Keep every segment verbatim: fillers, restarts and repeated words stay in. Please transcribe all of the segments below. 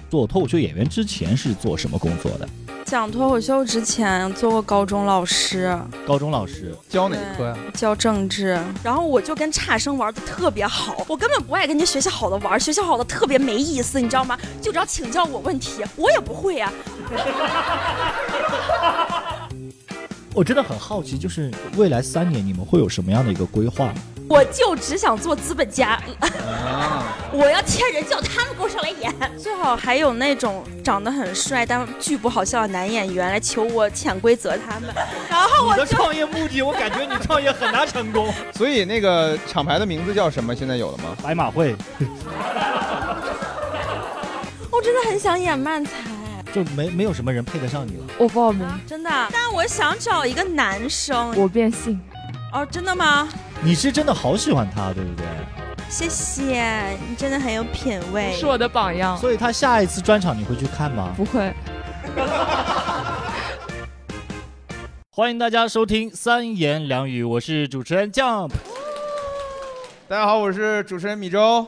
做脱口秀演员之前是做什么工作的？ 讲脱口秀之前做过高中老师。 高中老师教哪科呀？ 教政治。然后我就跟差生玩的特别好，我根本不爱跟那学习好的玩，学习好的特别没意思，你知道吗？就只要请教我问题，我也不会啊。 我真的很好奇，就是未来三年你们会有什么样的一个规划？ 我就只想做资本家，啊、我要签人叫他们给我上来演，最好还有那种长得很帅但巨不好笑的男演员来求我潜规则他们。然后我你的创业目的，我感觉你创业很难成功。 所以那个厂牌的名字叫什么？现在有了吗？ 白马会。 我真的很想演漫才。 就没没有什么人配得上你了。 我报名， 真的，但我想找一个男生。 我变性。 哦，真的吗？ 你是真的好喜欢他，对不对？ 谢谢，你真的很有品味， 是我的榜样。 所以他下一次专场你会去看吗？ 不会。 欢迎大家收听三言两语，我是主持人 Jump。 大家好，我是主持人米粥。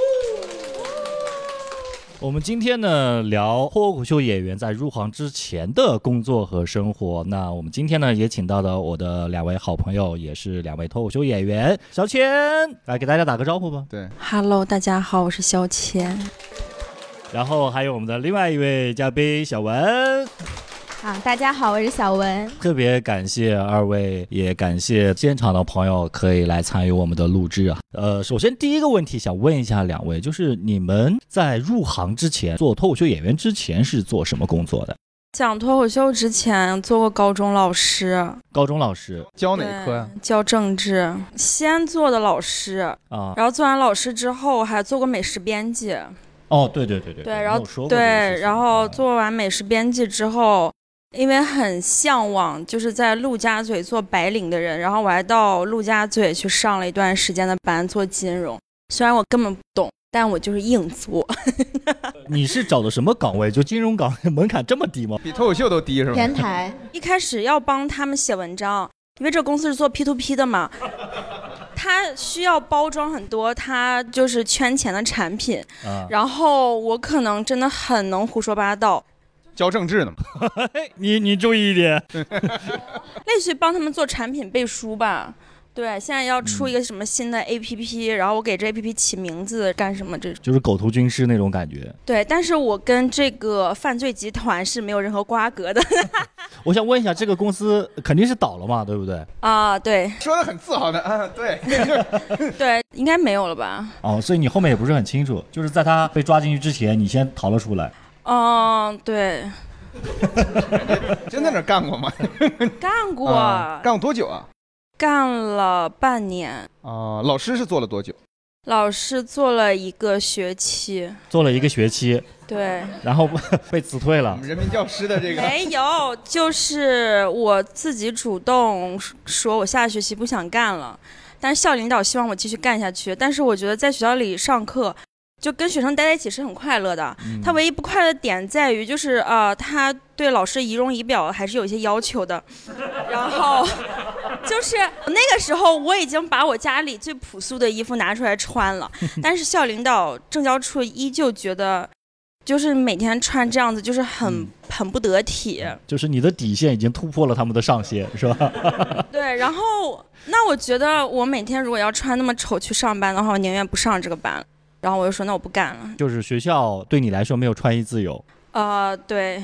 我们今天呢聊脱口秀演员在入行之前的工作和生活。那我们今天呢也请到了我的两位好朋友，也是两位脱口秀演员，小千来给大家打个招呼吧。 对 ，Hello， 大家好，我是小千。 然后还有我们的另外一位嘉宾小文。 啊，大家好，我是小文。 特别感谢二位，也感谢现场的朋友可以来参与我们的录制啊。呃，首先第一个问题想问一下两位，就是你们在入行之前，做脱口秀演员之前是做什么工作的？ 讲脱口秀之前做过高中老师。 高中老师教哪科呀？ 教政治，先做的老师啊，然后做完老师之后还做过美食编辑。 哦，对对对对， 对，然后对，然后做完美食编辑之后。因为很向往就是在陆家嘴做白领的人，然后我还到陆家嘴去上了一段时间的班做金融，虽然我根本不懂，但我就是硬做。 你是找的什么岗位？就金融岗门槛这么低吗？ 比脱口秀都低是吧？ 前台。 一开始要帮他们写文章，因为这公司是做 P to P 的嘛，他需要包装很多他就是圈钱的产品，啊、然后我可能真的很能胡说八道。 教政治呢嘛。 你你注意一点。 类似于帮他们做产品背书吧。对，现在要出一个什么新的 A P P，、嗯、然后我给这 A P P 起名字干什么，这就是狗头军师那种感觉。 对，但是我跟这个犯罪集团是没有任何瓜葛的。 我想问一下，这个公司肯定是倒了嘛，对不对？ 啊，对。 说的很自豪的啊，对。 对，应该没有了吧？ 哦，所以你后面也不是很清楚，就是在他被抓进去之前，你先逃了出来。 嗯，对。 真在那干过吗？ 干过、 啊。干过多久啊？ 干了半年。 啊，老师是做了多久？ 老师做了一个学期。 做了一个学期。 对。 然后被辞退了。 人民教师的这个没有，就是我自己主动说我下学期不想干了，但是校领导希望我继续干下去，但是我觉得在学校里上课。就跟学生待在一起是很快乐的，嗯、他唯一不快乐的点在于就是呃，他对老师仪容仪表还是有一些要求的，然后就是那个时候我已经把我家里最朴素的衣服拿出来穿了，但是校领导政教处依旧觉得就是每天穿这样子就是很、嗯、很不得体， 就是你的底线已经突破了他们的上限，是吧？ 对，然后那我觉得我每天如果要穿那么丑去上班的话，我宁愿不上这个班。然后我就说那我不干了。就是学校对你来说没有穿衣自由。呃，对。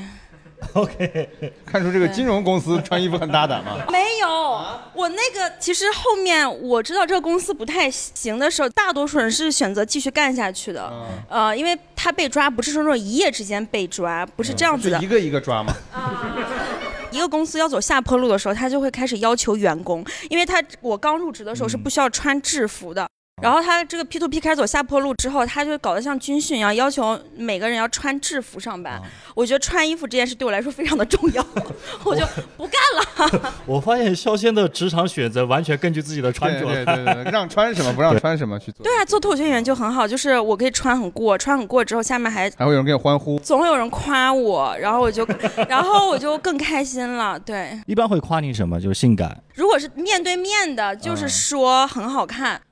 OK， 看出这个金融公司穿衣服很大胆吗？ 没有，我那个其实后面我知道这个公司不太行的时候，大多数人是选择继续干下去的。嗯、呃，因为他被抓不是说那种一夜之间被抓，不是这样子的。 嗯、一个一个抓吗？ 一个公司要走下坡路的时候，他就会开始要求员工，因为他我刚入职的时候是不需要穿制服的。嗯，然后他这个 P to P 开始走下坡路之后，他就搞得像军训一样，要求每个人要穿制服上班。啊、我觉得穿衣服这件事对我来说非常的重要，我就不干了。 我发现肖先的职场选择完全根据自己的穿着， 对对对对，让穿什么不让穿什么去做。 对啊，做脱口秀演员就很好，就是我可以穿很过，穿很过之后，下面还还会有人给你欢呼， 总会有人夸我，然后我就，然后我就更开心了。对， 一般会夸你什么？就是性感。 如果是面对面的，就是说很好看。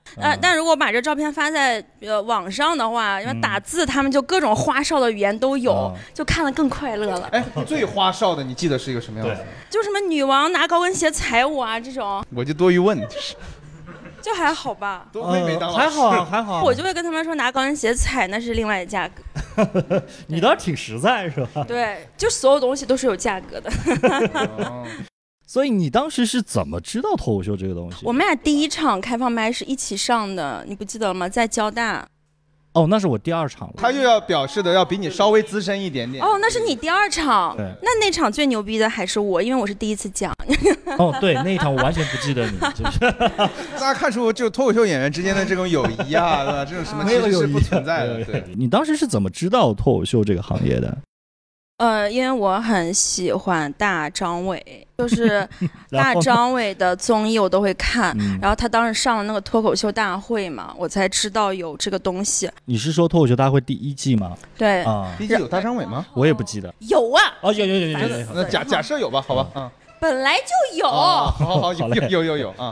呃，但如果把这照片发在呃网上的话，因为打字他们就各种花哨的语言都有，嗯、就看得更快乐了。 哎，最花哨的你记得是一个什么样子？ 就什么女王拿高跟鞋踩我啊这种。 我就多余问，就是。 就还好吧， 多亏没当老师、 呃、还好还好。 我就会跟他们说拿高跟鞋踩那是另外的价格。 你倒是挺实在是吧？ 对，就所有东西都是有价格的。 所以你当时是怎么知道脱口秀这个东西？ 我们俩第一场开放麦是一起上的，你不记得了吗？在交大。 哦，那是我第二场了。 他又要表示的要比你稍微资深一点点。 哦，那是你第二场。对，那那场最牛逼的还是我，因为我是第一次讲。 哦，对，那一场我完全不记得你，就是。 大家看出就脱口秀演员之间的这种友谊啊，对吧？这种什么其实是不存在的。对， 你当时是怎么知道脱口秀这个行业的？ 呃，因为我很喜欢大张伟，就是大张伟的综艺我都会看，然后, 然后他当时上了那个脱口秀大会嘛，我才知道有这个东西。 你是说脱口秀大会第一季吗？ 对啊， 第一季有大张伟吗？ 我也不记得。 有啊。 哦，有有有有有有。 那假假设有吧，好吧，嗯。 本来就有。 哦、好好好，有有有有有啊。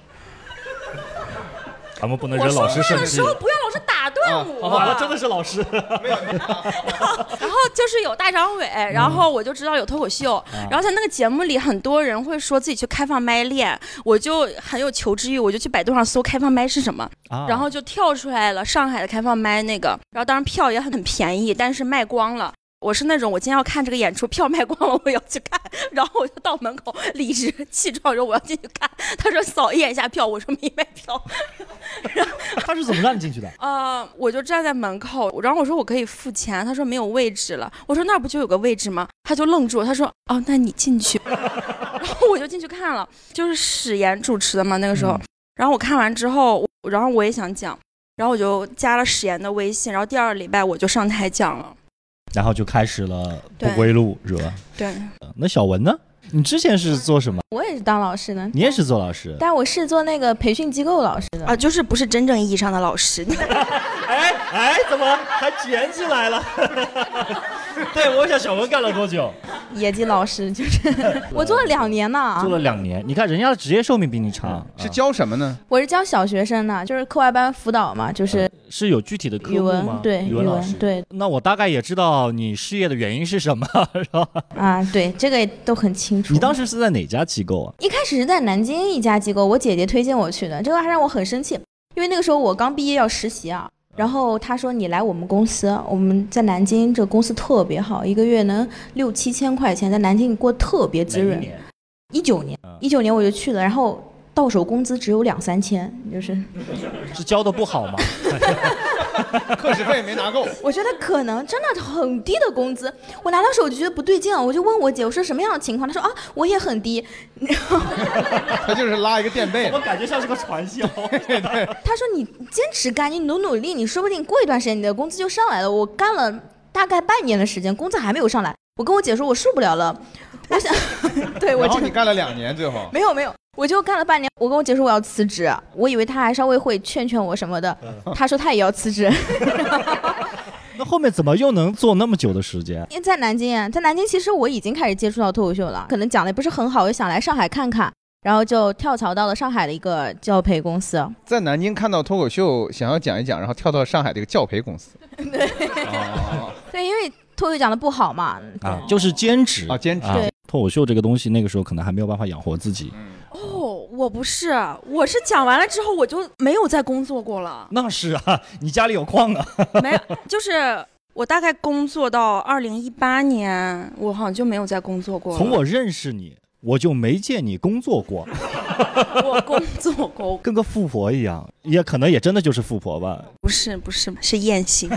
咱们不能惹老师生气。 我说话的时候不要老是打断我。 好、啊，我真的是老师。 没有。 然后，然后就是有大张伟，然后我就知道有脱口秀，嗯、然后在那个节目里，很多人会说自己去开放麦练，我就很有求知欲，我就去百度上搜开放麦是什么，啊、然后就跳出来了上海的开放麦那个，然后当然票也很很便宜，但是卖光了。我是那种我今天要看这个演出，票卖光了我要去看，然后我就到门口理直气壮说我要进去看。他说扫验一下票，我说没卖票。 他是怎么让你进去的？ 呃，我就站在门口，然后我说我可以付钱，他说没有位置了。我说那不就有个位置吗？他就愣住，他说哦，那你进去。然后我就进去看了，就是史岩主持的嘛那个时候。嗯、然后我看完之后，然后我也想讲，然后我就加了史岩的微信，然后第二个礼拜我就上台讲了。 然后就开始了不归路，是吧？ 对。 那小文呢？你之前是做什么？ 我也是当老师的。 你也是做老师？ 但我是做那个培训机构老师的啊，就是不是真正意义上的老师。 哎哎，怎么还捡起来了？对，我想小文干了多久？ 野鸡老师就是我做了两年呢。 做了两年，你看人家的职业寿命比你长。 是教什么呢？ 我是教小学生的，就是课外班辅导嘛，就是。 是有具体的科目吗？ 对，语文老师。对。 那我大概也知道你失业的原因是什么，是吧？ 啊，对，这个都很清楚。 你当时是在哪家机构啊？ 一开始是在南京一家机构，我姐姐推荐我去的，这个还让我很生气，因为那个时候我刚毕业要实习啊。然后她说你来我们公司，我们在南京这个公司特别好，一个月能六七千块钱，在南京过特别滋润。一九年，一九年我就去了，然后到手工资只有两三千，就是是教的不好吗？ 课时费没拿够。 我觉得可能真的很低的工资，我拿到手我就觉得不对劲了，我就问我姐，我说什么样的情况？她说啊，我也很低。 他就是拉一个垫背， 我感觉像是个传销。对对。 他说你坚持干，你努努力，你说不定过一段时间你的工资就上来了。我干了大概半年的时间，工资还没有上来。我跟我姐说我受不了了，我想，对我。 然后你干了两年，最后没有没有。我就干了半年，我跟我姐说我要辞职，我以为她还稍微会劝劝我什么的，她说她也要辞职。 那后面怎么又能做那么久的时间？ 因为在南京啊，在南京其实我已经开始接触到脱口秀了，可能讲的不是很好，我就想来上海看看，然后就跳槽到了上海的一个教培公司。 在南京看到脱口秀，想要讲一讲，然后跳到上海的一个教培公司。 对，哦、对，因为脱口秀讲的不好嘛， 啊，就是兼职啊，兼职。 对， 脱口秀这个东西，那个时候可能还没有办法养活自己。 嗯哦，我不是，我是讲完了之后我就没有再工作过了。 那是啊，你家里有矿啊？ 没有，就是我大概工作到二零一八年，我好像就没有再工作过了。 从我认识你，我就没见你工作过。 我工作过， 跟个富婆一样，也可能也真的就是富婆吧？ 不是，不是，是艳星。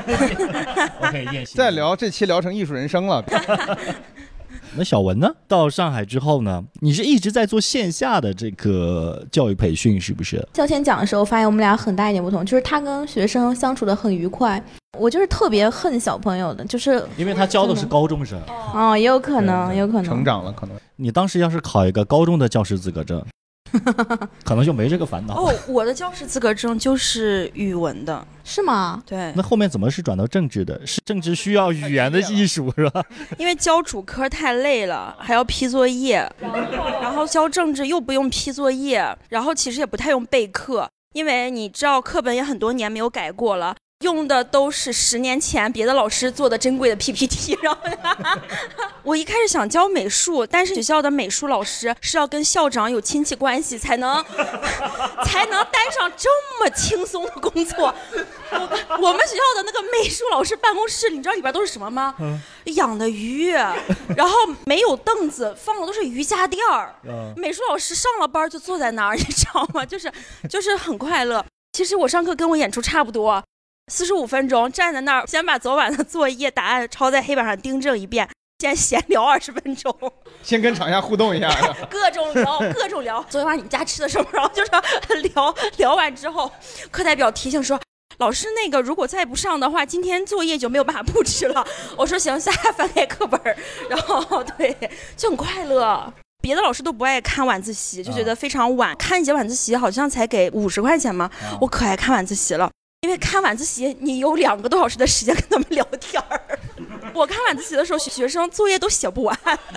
OK， 艳星。 再聊这期聊成艺术人生了。 那小文呢？到上海之后呢？你是一直在做线下的这个教育培训，是不是？ 教前讲的时候，发现我们俩很大一点不同，就是他跟学生相处的很愉快，我就是特别恨小朋友的，就是因为他教的是高中生。 哦，也有可能，也有可能成长了，可能。 你当时要是考一个高中的教师资格证，可能就没这个烦恼。 哦，我的教师资格证就是语文的。 是吗？ 对。 那后面怎么是转到政治的？是政治需要语言的艺术是吧？ 因为教主科太累了，还要批作业，然后教政治又不用批作业，然后其实也不太用备课。 因为你知道课本也很多年没有改过了。用的都是十年前别的老师做的珍贵的 P P T， 然后我一开始想教美术，但是学校的美术老师是要跟校长有亲戚关系才能才能担上这么轻松的工作。我, 我们学校的那个美术老师办公室，你知道里边都是什么吗？嗯、养的鱼，然后没有凳子，放的都是瑜伽垫儿。嗯、美术老师上了班就坐在那儿，你知道吗？就是就是很快乐。其实我上课跟我演出差不多。四十五分钟站在那儿，先把昨晚的作业答案抄在黑板上订正一遍，先闲聊二十分钟， 先跟场下互动一下， 各种聊，各种聊。昨天晚上你们家吃的什么？然后就是聊聊完之后，课代表提醒说，老师那个如果再不上的话，今天作业就没有办法布置了。我说行，下翻开课本，然后对，就很快乐。别的老师都不爱看晚自习，就觉得非常晚，啊、看一节晚自习好像才给五十块钱嘛，啊、我可爱看晚自习了。因为看晚自习，你有两个多小时的时间跟他们聊天儿。我看晚自习的时候，学生作业都写不完。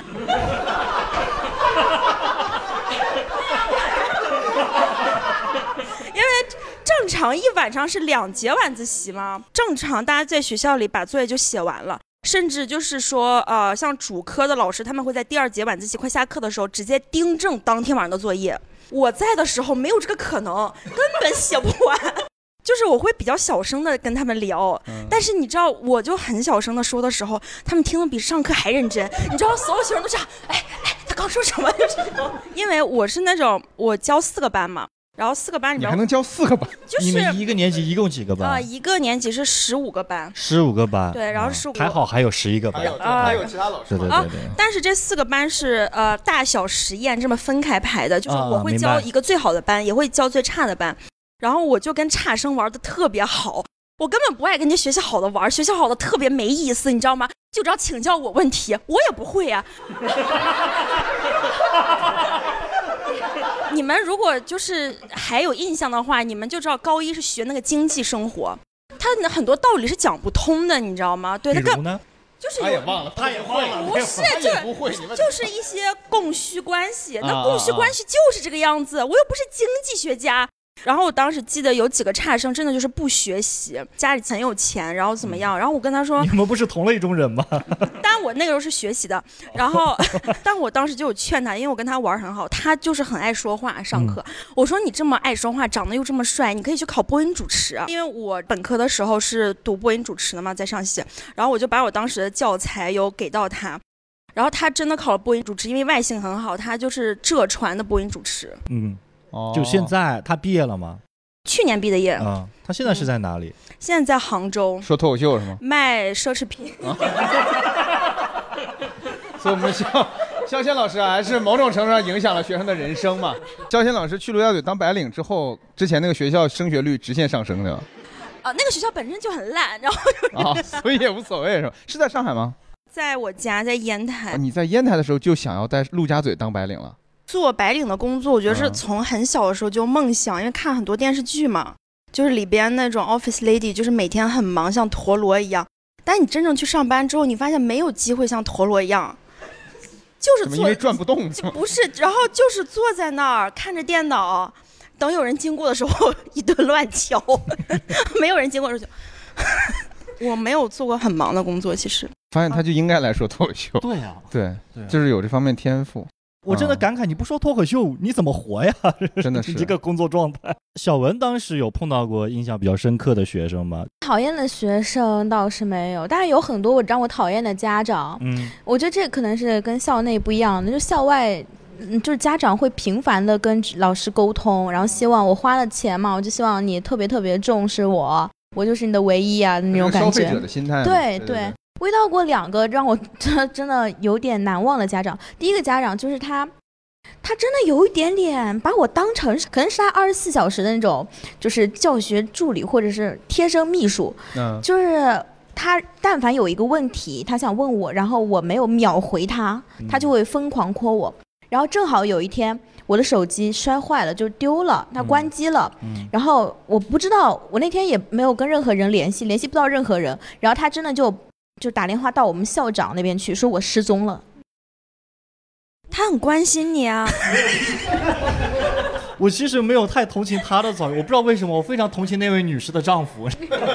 因为正常一晚上是两节晚自习嘛，正常大家在学校里把作业就写完了，甚至就是说，呃，像主科的老师，他们会在第二节晚自习快下课的时候直接订正当天晚上的作业。我在的时候没有这个可能，根本写不完。就是我会比较小声的跟他们聊，嗯、但是你知道，我就很小声的说的时候，他们听得比上课还认真。你知道，所有学生都这样，哎哎，他刚说什么？就是因为我是那种我教四个班嘛，然后四个班里面你还能教四个班？ 就是你们一个年级一共几个班？ 啊、呃，一个年级是十五个班。 十五个班。 对，然后是、嗯、 还好还有十一个班， 还有、呃、还有其他老师。 对对对对、 啊。但是这四个班是呃大小实验这么分开排的，就是我会教一个最好的班，也会教最差的班。然后我就跟差生玩的特别好，我根本不爱跟这学校好的玩，学校好的特别没意思，你知道吗？就只要请教我问题，我也不会啊。你们如果就是还有印象的话，你们就知道高一是学那个经济生活，他很多道理是讲不通的，你知道吗？对， 比如呢？ 就是他也忘了，他也忘了， 不是，就是不会， 就是一些供需关系。那供需关系就是这个样子，我又不是经济学家。然后我当时记得有几个差生真的就是不学习，家里很有钱，然后怎么样，然后我跟他说， 你们不是同类中人吗？ 但我那个时候是学习的，然后但我当时就有劝他，因为我跟他玩很好，他就是很爱说话上课、嗯、我说你这么爱说话，长得又这么帅，你可以去考播音主持。因为我本科的时候是读播音主持的嘛，在上戏，然后我就把我当时的教材有给到他，然后他真的考了播音主持，因为外形很好，他就是浙传的播音主持。 嗯，就现在他毕业了吗？ 去年毕的业。 嗯，他现在是在哪里？ 嗯、现在在杭州。 说脱口秀是吗？ 卖奢侈品。啊、 所以我们肖肖谦老师还是某种程度上影响了学生的人生嘛。肖谦老师去陆家嘴当白领之后，之前那个学校升学率直线上升的。 啊，那个学校本身就很烂，然后啊，所以也无所谓是吧？是在上海吗？ 在我家，在烟台。 啊、你在烟台的时候就想要在陆家嘴当白领了？ 做白领的工作，我觉得是从很小的时候就梦想，因为看很多电视剧嘛，就是里边那种 office lady， 就是每天很忙，像陀螺一样。但你真正去上班之后，你发现没有机会像陀螺一样，就是坐， 因为转不动， 不是，然后就是坐在那儿看着电脑，等有人经过的时候一顿乱敲，没有人经过的时候就。我没有做过很忙的工作，其实。 发现他就应该来说脱口秀。 对呀、啊， 对，就是有这方面天赋。 我真的感慨，你不说脱口秀，你怎么活呀？ 真的是这个工作状态。小文当时有碰到过印象比较深刻的学生吗？ 讨厌的学生倒是没有，但是有很多我让我讨厌的家长。嗯，我觉得这可能是跟校内不一样的，就校外，嗯，就是家长会频繁的跟老师沟通，然后希望我花了钱嘛，我就希望你特别特别重视我，我就是你的唯一啊那种感觉。 消费者的心态。 对对。 对对我遇到过两个让我真真的有点难忘的家长。第一个家长就是他，他真的有一点点把我当成可能是他二十四小时的那种，就是教学助理或者是贴身秘书。嗯，就是他但凡有一个问题，他想问我，然后我没有秒回他，他就会疯狂 call 我。然后正好有一天我的手机摔坏了，就丢了，它关机了、嗯、然后我不知道，我那天也没有跟任何人联系，联系不到任何人，然后他真的就就打电话到我们校长那边去，说我失踪了。 他很关心你啊。 我其实没有太同情她的遭遇，我不知道为什么，我非常同情那位女士的丈夫。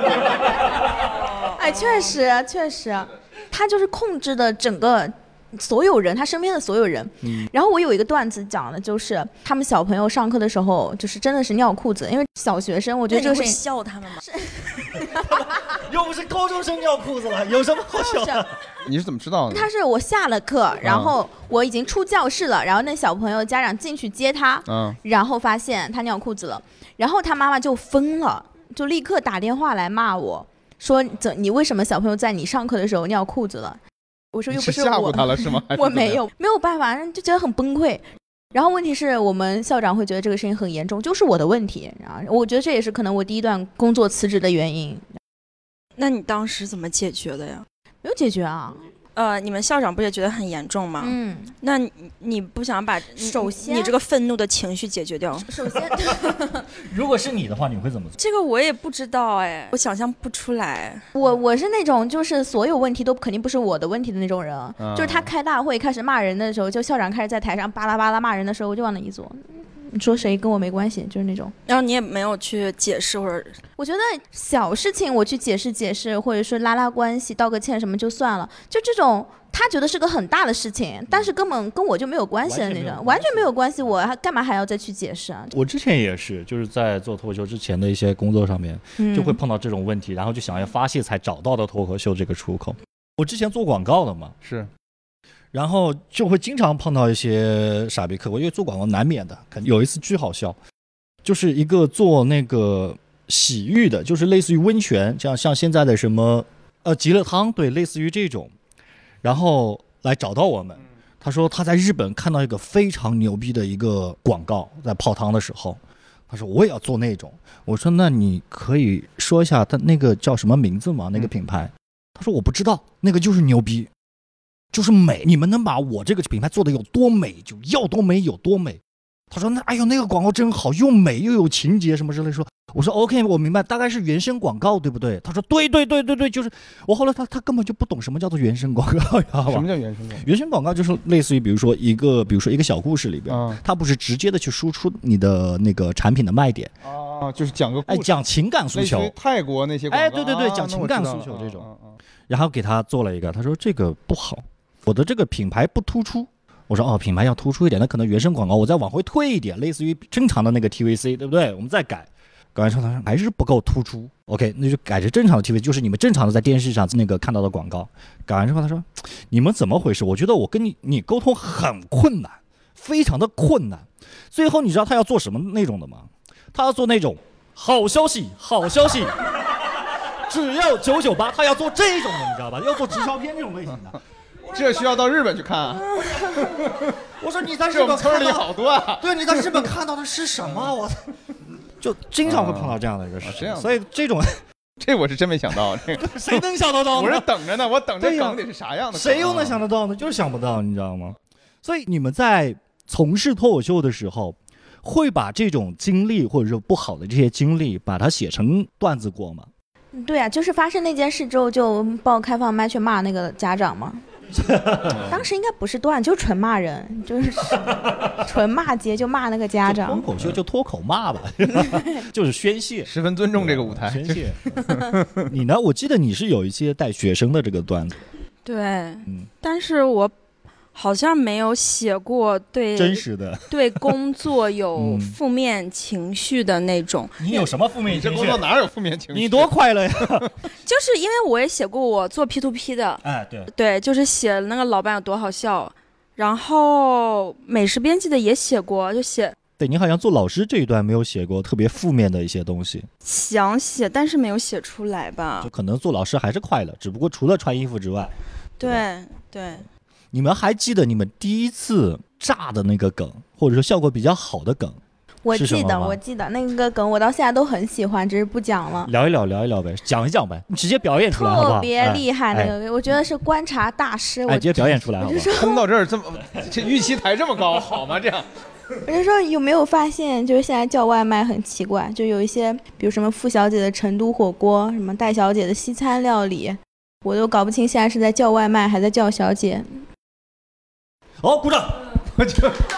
哎，确实确实，他就是控制的整个所有人，他身边的所有人。嗯，然后我有一个段子讲的就是他们小朋友上课的时候，就是真的是尿裤子，因为小学生，我觉得这个是笑他们吗？ 又不是高中生尿裤子了，有什么好笑的？ 你是怎么知道的？ 他是我下了课，然后我已经出教室了，然后那小朋友家长进去接他，嗯，然后发现他尿裤子了，然后他妈妈就疯了，就立刻打电话来骂我说：“怎你为什么小朋友在你上课的时候尿裤子了？”我说：“又不是我。” 吓唬他了是吗？ 我没有，没有办法，就觉得很崩溃。然后问题是我们校长会觉得这个事情很严重，就是我的问题。然后我觉得这也是可能我第一段工作辞职的原因。 那你当时怎么解决的呀？ 没有解决啊。 呃，你们校长不也觉得很严重吗？嗯，那你你不想把首先你这个愤怒的情绪解决掉？ 首先， 如果是你的话，你会怎么做？ 这个我也不知道哎，我想象不出来。 我我是那种就是所有问题都肯定不是我的问题的那种人，嗯、就是他开大会开始骂人的时候，就校长开始在台上巴拉巴拉骂人的时候，我就往那一坐。你说谁跟我没关系，就是那种。 然后你也没有去解释或者， 我觉得小事情我去解释解释，或者说拉拉关系、道个歉什么就算了。就这种他觉得是个很大的事情，但是根本跟我就没有关系的那种，完全没有关系，我还干嘛还要再去解释啊？ 我之前也是，就是在做脱口秀之前的一些工作上面，嗯、就会碰到这种问题，然后就想要发泄，才找到的脱口秀这个出口。我之前做广告的嘛， 是。 然后就会经常碰到一些傻逼客户，因为做广告难免的。有一次巨好笑，就是一个做那个洗浴的，就是类似于温泉，像像现在的什么呃极乐汤，对，类似于这种，然后来找到我们。他说他在日本看到一个非常牛逼的一个广告，在泡汤的时候，他说我也要做那种。我说那你可以说一下他那个叫什么名字吗？那个品牌？他说我不知道，那个就是牛逼。就是美，你们能把我这个品牌做的有多美，就要多美有多美。他说那哎呦那个广告真好，又美又有情节什么之类。说我说 OK 我明白，大概是原生广告对不对？他说对对对对对，就是我后来他他根本就不懂什么叫做原生广告呀。 什么叫原生广告？ 原生广告就是类似于比如说一个比如说一个小故事里边，嗯、它不是直接的去输出你的那个产品的卖点啊，就是讲个故事， 哎讲情感诉求， 泰国那些广告， 哎对对对，讲情感诉求这种。啊、然后给他做了一个，他说这个不好。我的这个品牌不突出，我说哦，品牌要突出一点，那可能原生广告我再往回退一点，类似于正常的那个 T V C， 对不对？我们再改，改完之后他说还是不够突出 ，OK， 那就改成正常的 T V C， 就是你们正常的在电视上那个看到的广告。改完之后他说，你们怎么回事？我觉得我跟你你沟通很困难，非常的困难。最后你知道他要做什么那种的吗？他要做那种好消息，好消息，只要九九八，他要做这种的，你知道吧？要做直销片这种类型的。 这需要到日本去看啊！ 我说你在日本村里好多啊！ 对，你在日本看到的是什么？我就经常会碰到这样的一个事情， 啊、 所以这种， 这我是真没想到。这个谁能想得到呢？ 我是等着呢，我等着梗得是啥样的、啊？ 谁又能想得到呢？就是想不到，你知道吗？所以你们在从事脱口秀的时候，会把这种经历或者说不好的这些经历，把它写成段子过吗？ 对啊，就是发生那件事之后，就报开放麦去骂那个家长嘛。当时应该不是段，就纯骂人，就是纯骂街，就骂那个家长。 脱口秀就脱口骂吧，就是宣泄， 十分尊重这个舞台， 宣泄。你呢？我记得你是有一些带学生的这个段子。 对，嗯，但是我好像没有写过对真实的对工作有负面情绪的那种。 你有什么负面情绪？ 这工作哪有负面情绪？ 你多快乐呀！ 就是因为我也写过我做 P to P 的， 哎，对对，就是写那个老板有多好笑，然后美食编辑的也写过，就写。 对，你好像做老师这一段没有写过特别负面的一些东西。 想写，但是没有写出来吧。 就可能做老师还是快乐，只不过除了穿衣服之外。 对 对, 对。 你们还记得你们第一次炸的那个梗，或者说效果比较好的梗？ 我记得，我记得那个梗，我到现在都很喜欢，只是不讲了。 聊一聊，聊一聊呗，讲一讲呗，你直接表演出来好不好？ 特别厉害那个，哎、我觉得是观察大师。 哎，直接表演出来好不好？ 冲到这儿这么，这预期抬这么高，好吗？这样。 我就说有没有发现，就是现在叫外卖很奇怪，就有一些，比如什么付小姐的成都火锅，什么戴小姐的西餐料理，我都搞不清现在是在叫外卖还在叫小姐。 好，鼓掌！我就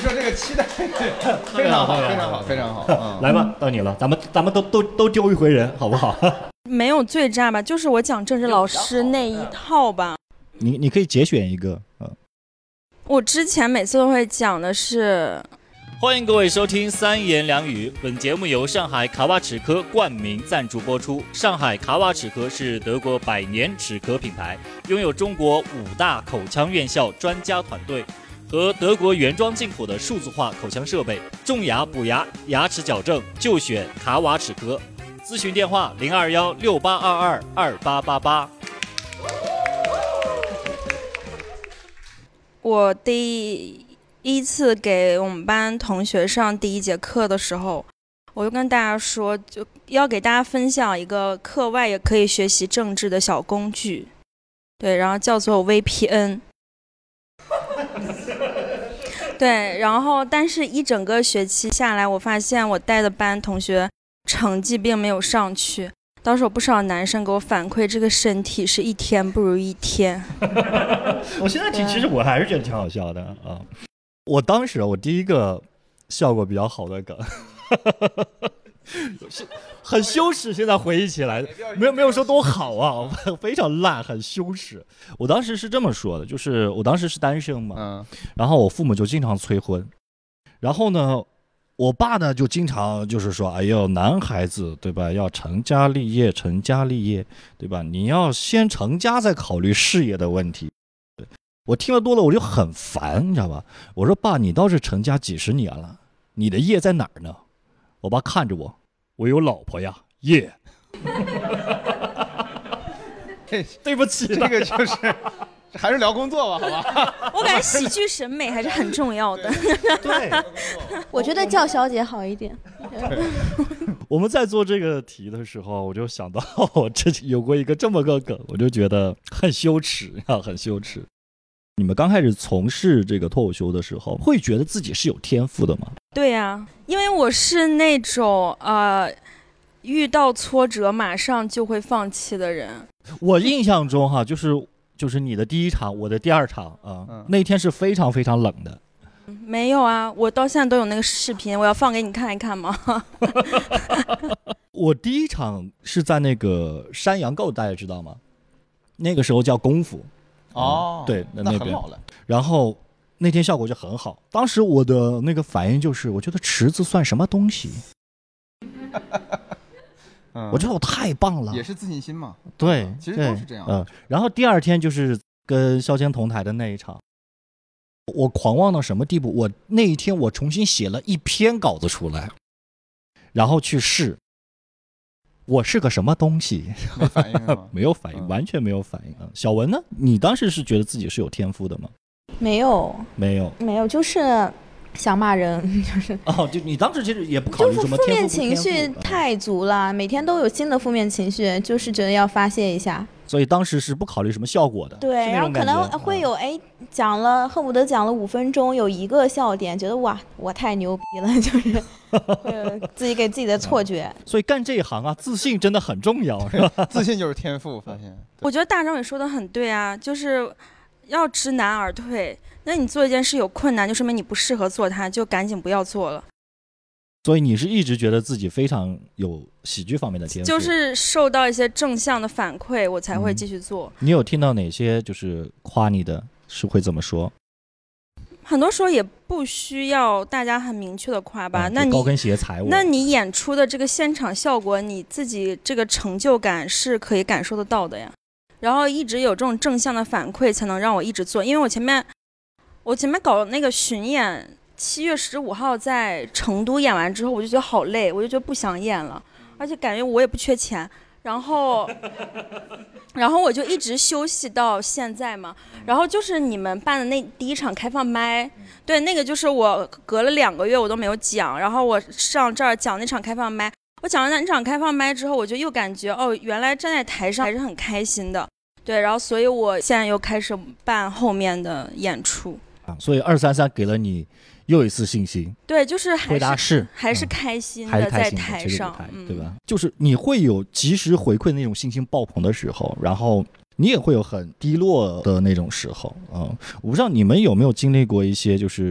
说这个期待非常好，非常好，非常好。嗯， 来吧，到你了，咱们咱们都都都丢一回人，好不好？ 没有最渣吧，就是我讲政治老师那一套吧。 你你可以节选一个，嗯。 我之前每次都会讲的是。 欢迎各位收听三言两语，本节目由上海卡瓦齿科冠名赞助播出。上海卡瓦齿科是德国百年齿科品牌，拥有中国五大口腔院校专家团队和德国原装进口的数字化口腔设备，种牙补牙、牙齿矫正就选卡瓦齿科。咨询电话零二幺六八二二二八八八。 我第第一次给我们班同学上第一节课的时候，我就跟大家说，就要给大家分享一个课外也可以学习政治的小工具，对，然后叫做 V P N。对，然后但是一整个学期下来，我发现我带的班同学成绩并没有上去。当时有不少男生给我反馈，这个身体是一天不如一天。 我现在听，其实我还是觉得挺好笑的啊。我当时我第一个效果比较好的梗，很羞耻。现在回忆起来，没有没有说多好啊，非常烂，很羞耻。我当时是这么说的，就是我当时是单身嘛， 嗯， 然后我父母就经常催婚，然后呢，我爸呢就经常就是说，哎呦，男孩子对吧，要成家立业，成家立业，对吧？你要先成家再考虑事业的问题。我听了多了，我就很烦，你知道吧？我说爸，你倒是成家几十年了，你的业在哪儿呢？我爸看着我，我有老婆呀，业。对不起， 这个就是还是聊工作吧，好吧？ 我感觉喜剧审美还是很重要的。 对， 我觉得叫小姐好一点。 我们在做这个题的时候，我就想到我之前有过一个这么个梗，我就觉得很羞耻啊，很羞耻。你们刚开始从事这个脱口秀的时候，会觉得自己是有天赋的吗？ 对呀、啊，因为我是那种呃，遇到挫折马上就会放弃的人。 我印象中哈，就是就是你的第一场，我的第二场啊、嗯，那天是非常非常冷的。 没有啊，我到现在都有那个视频，我要放给你看一看吗？ 我第一场是在那个山羊沟，大家知道吗？那个时候叫功夫。 哦、 嗯，对， 那那很好了。 然后那天效果就很好。当时我的那个反应就是，我觉得池子算什么东西？ 嗯、 我觉得我太棒了， 也是自信心嘛。 对， 其实都是这样。 嗯、呃，然后第二天就是跟肖谦同台的那一场，我狂妄到什么地步？我那一天我重新写了一篇稿子出来，然后去试。我是个什么东西？ 没反应是吗？ 没有反应、嗯，完全没有反应。小文呢？你当时是觉得自己是有天赋的吗？ 没有， 没有， 没有，就是想骂人，就是哦，就你当时其实也不考虑什么就是负面天赋不天赋情绪太足了、嗯，每天都有新的负面情绪，就是觉得要发泄一下。 所以当时是不考虑什么效果的， 对，然后可能会有哎讲了恨不得讲了五分钟，有一个笑点，觉得哇我太牛逼了，就是会自己给自己的错觉、 嗯。所以干这一行啊，自信真的很重要，是吧？ 自信就是天赋，发现。 我觉得大张伟说的很对啊，就是要知难而退。那你做一件事有困难，就说明你不适合做它，就赶紧不要做了。 所以你是一直觉得自己非常有喜剧方面的天赋， 就是受到一些正向的反馈，我才会继续做、 嗯。你有听到哪些就是夸你的，是会怎么说？ 很多时候也不需要大家很明确的夸吧， 嗯、 那你高跟鞋踩我， 那你演出的这个现场效果，你自己这个成就感是可以感受得到的呀。然后一直有这种正向的反馈，才能让我一直做。因为我前面我前面搞那个巡演。七月十五号在成都演完之后，我就觉得好累，我就觉得不想演了，而且感觉我也不缺钱，然后，然后我就一直休息到现在嘛。然后就是你们办的那第一场开放麦，对，那个就是我隔了两个月我都没有讲，然后我上这儿讲那场开放麦，我讲完那场开放麦之后，我就又感觉哦，原来站在台上还是很开心的，对，然后所以我现在又开始办后面的演出。 啊、所以二三三给了你又一次信心， 对，就是还是回答是还是开心的， 的在台上， 台对吧？就是你会有及时回馈那种信心爆棚的时候，然后你也会有很低落的那种时候啊、嗯。我不知道你们有没有经历过一些就是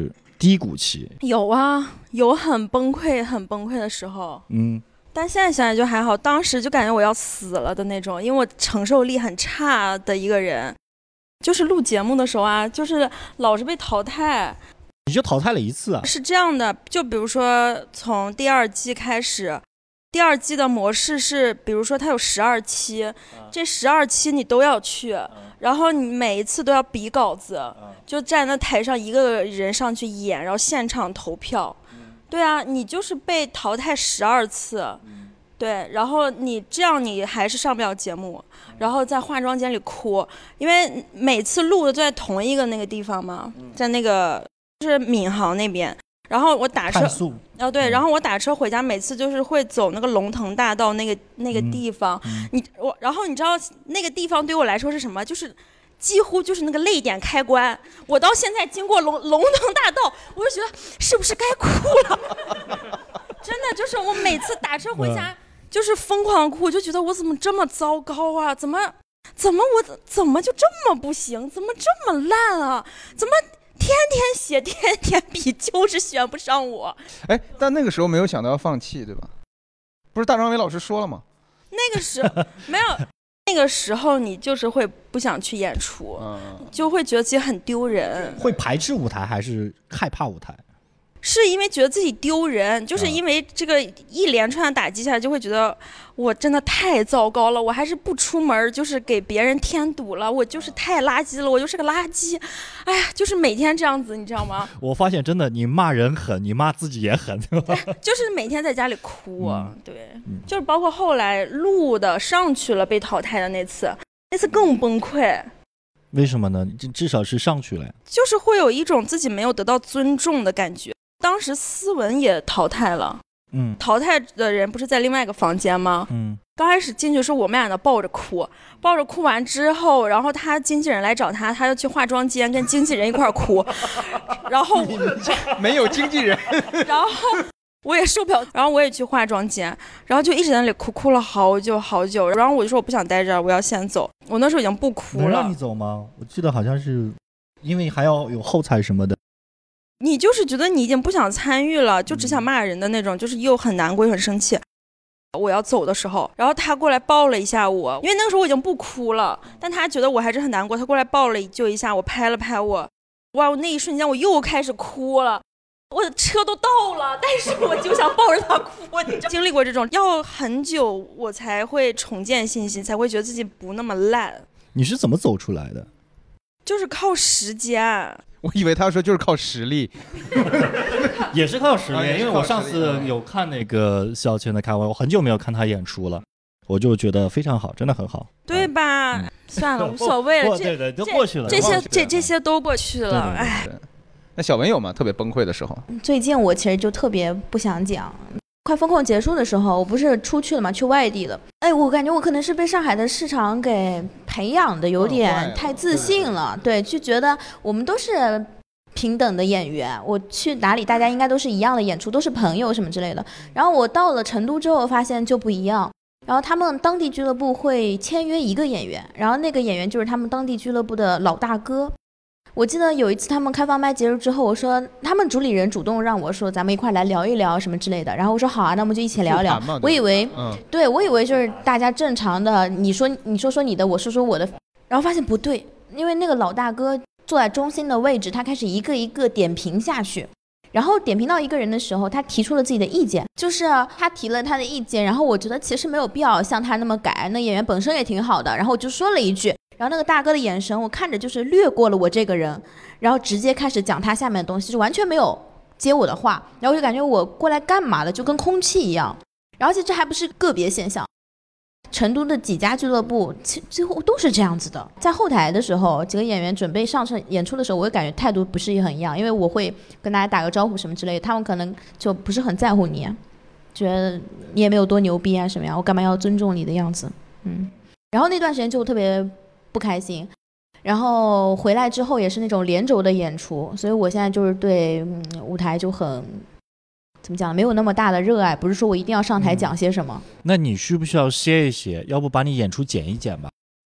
低谷期？ 有啊，有很崩溃、很崩溃的时候。 嗯， 但现在想想就还好，当时就感觉我要死了的那种，因为我承受力很差的一个人。就是录节目的时候啊，就是老是被淘汰。 你就淘汰了一次啊？ 是这样的，就比如说从第二季开始。第二季的模式是，比如说它有十二期，嗯、这十二期你都要去，嗯、然后你每一次都要比稿子，嗯、就站在台上一个人上去演，然后现场投票。嗯、对啊，你就是被淘汰十二次，嗯、对，然后你这样你还是上不了节目，嗯、然后在化妆间里哭，因为每次录的都在同一个那个地方嘛，嗯、在那个就是闵行那边。然后我打车，哦对，然后我打车回家，每次就是会走那个龙腾大道那个那个地方，嗯、你我，然后你知道那个地方对我来说是什么？就是几乎就是那个泪点开关。我到现在经过龙龙腾大道，我就觉得是不是该哭了？真的就是我每次打车回家就是疯狂哭，就觉得我怎么这么糟糕啊？怎么怎么我怎么就这么不行？怎么这么烂啊？怎么？天天写，天天比，就是选不上我。 哎，但那个时候没有想到要放弃，对吧？不是大张伟老师说了吗？ 那个时候没有，那个时候你就是会不想去演出，嗯、就会觉得自己很丢人。 会排斥舞台还是害怕舞台？ 是因为觉得自己丢人，就是因为这个一连串的打击下来，就会觉得我真的太糟糕了，我还是不出门，就是给别人添堵了，我就是太垃圾了，我就是个垃圾，哎呀，就是每天这样子，你知道吗？ 我发现真的，你骂人狠，你骂自己也狠，对吧？ 就是每天在家里哭，嗯、对，嗯、就是包括后来录的上去了被淘汰的那次，那次更崩溃。 为什么呢？至少是上去了呀， 就是会有一种自己没有得到尊重的感觉。当时思文也淘汰了，嗯，淘汰的人不是在另外一个房间吗？嗯，刚开始进去是我们俩的抱着哭，抱着哭完之后，然后他经纪人来找他，他就去化妆间跟经纪人一块哭，然后没有经纪人， 然后我也受不了，然后我也去化妆间，然后就一直在那里哭，哭了好久好久，然后我就说我不想待这儿，我要先走。我那时候已经不哭了。 能让你走吗？我记得好像是因为还要有后采什么的。 你就是觉得你已经不想参与了，就只想骂人的那种，就是又很难过又很生气。我要走的时候，然后他过来抱了一下我，因为那个时候我已经不哭了，但他觉得我还是很难过，他过来抱了就一下我，拍了拍我，哇，我那一瞬间我又开始哭了。我的车都到了，但是我就想抱着他哭。你经历过这种，要很久我才会重建信心，才会觉得自己不那么烂。 你是怎么走出来的？ 就是靠时间。 我以为他说就是靠实力， 也是靠实力，因为我上次有看那个肖谦的开会，我很久没有看他演出了，我就觉得非常好，真的很好， 对吧？嗯、算了，无所谓了， 对对，都过去了， 这些这这些都过去了，哎。 那小文有吗？特别崩溃的时候？ 最近我其实就特别不想讲。快风控结束的时候，我不是出去了嘛，去外地了。哎，我感觉我可能是被上海的市场给培养的有点太自信了，对，就觉得我们都是平等的演员，我去哪里大家应该都是一样的演出，都是朋友什么之类的。然后我到了成都之后发现就不一样，然后他们当地俱乐部会签约一个演员，然后那个演员就是他们当地俱乐部的老大哥。我记得有一次他们开放麦结束之后，我说他们主理人主动让我说咱们一块来聊一聊什么之类的，然后我说好啊，那我们就一起聊一聊。我以为、嗯、对我以为就是大家正常的，你说你说说你的，我说说我的，然后发现不对，因为那个老大哥坐在中心的位置，他开始一个一个点评下去，然后点评到一个人的时候，他提出了自己的意见，就是他提了他的意见，然后我觉得其实没有必要像他那么改，那演员本身也挺好的，然后我就说了一句，然后那个大哥的眼神我看着就是略过了我这个人，然后直接开始讲他下面的东西，就完全没有接我的话，然后我就感觉我过来干嘛的，就跟空气一样。然后其实这还不是个别现象，成都的几家俱乐部最后都是这样子的。在后台的时候，几个演员准备上场演出的时候，我也感觉态度不是很一样，因为我会跟大家打个招呼什么之类的，他们可能就不是很在乎你，觉得你也没有多牛逼啊什么呀，我干嘛要尊重你的样子。嗯，然后那段时间就特别不开心，然后回来之后也是那种连轴的演出，所以我现在就是对、嗯、舞台就很怎么讲，没有那么大的热爱，不是说我一定要上台讲些什么、 嗯、那你需不需要歇一歇，要不把你演出剪一剪吧？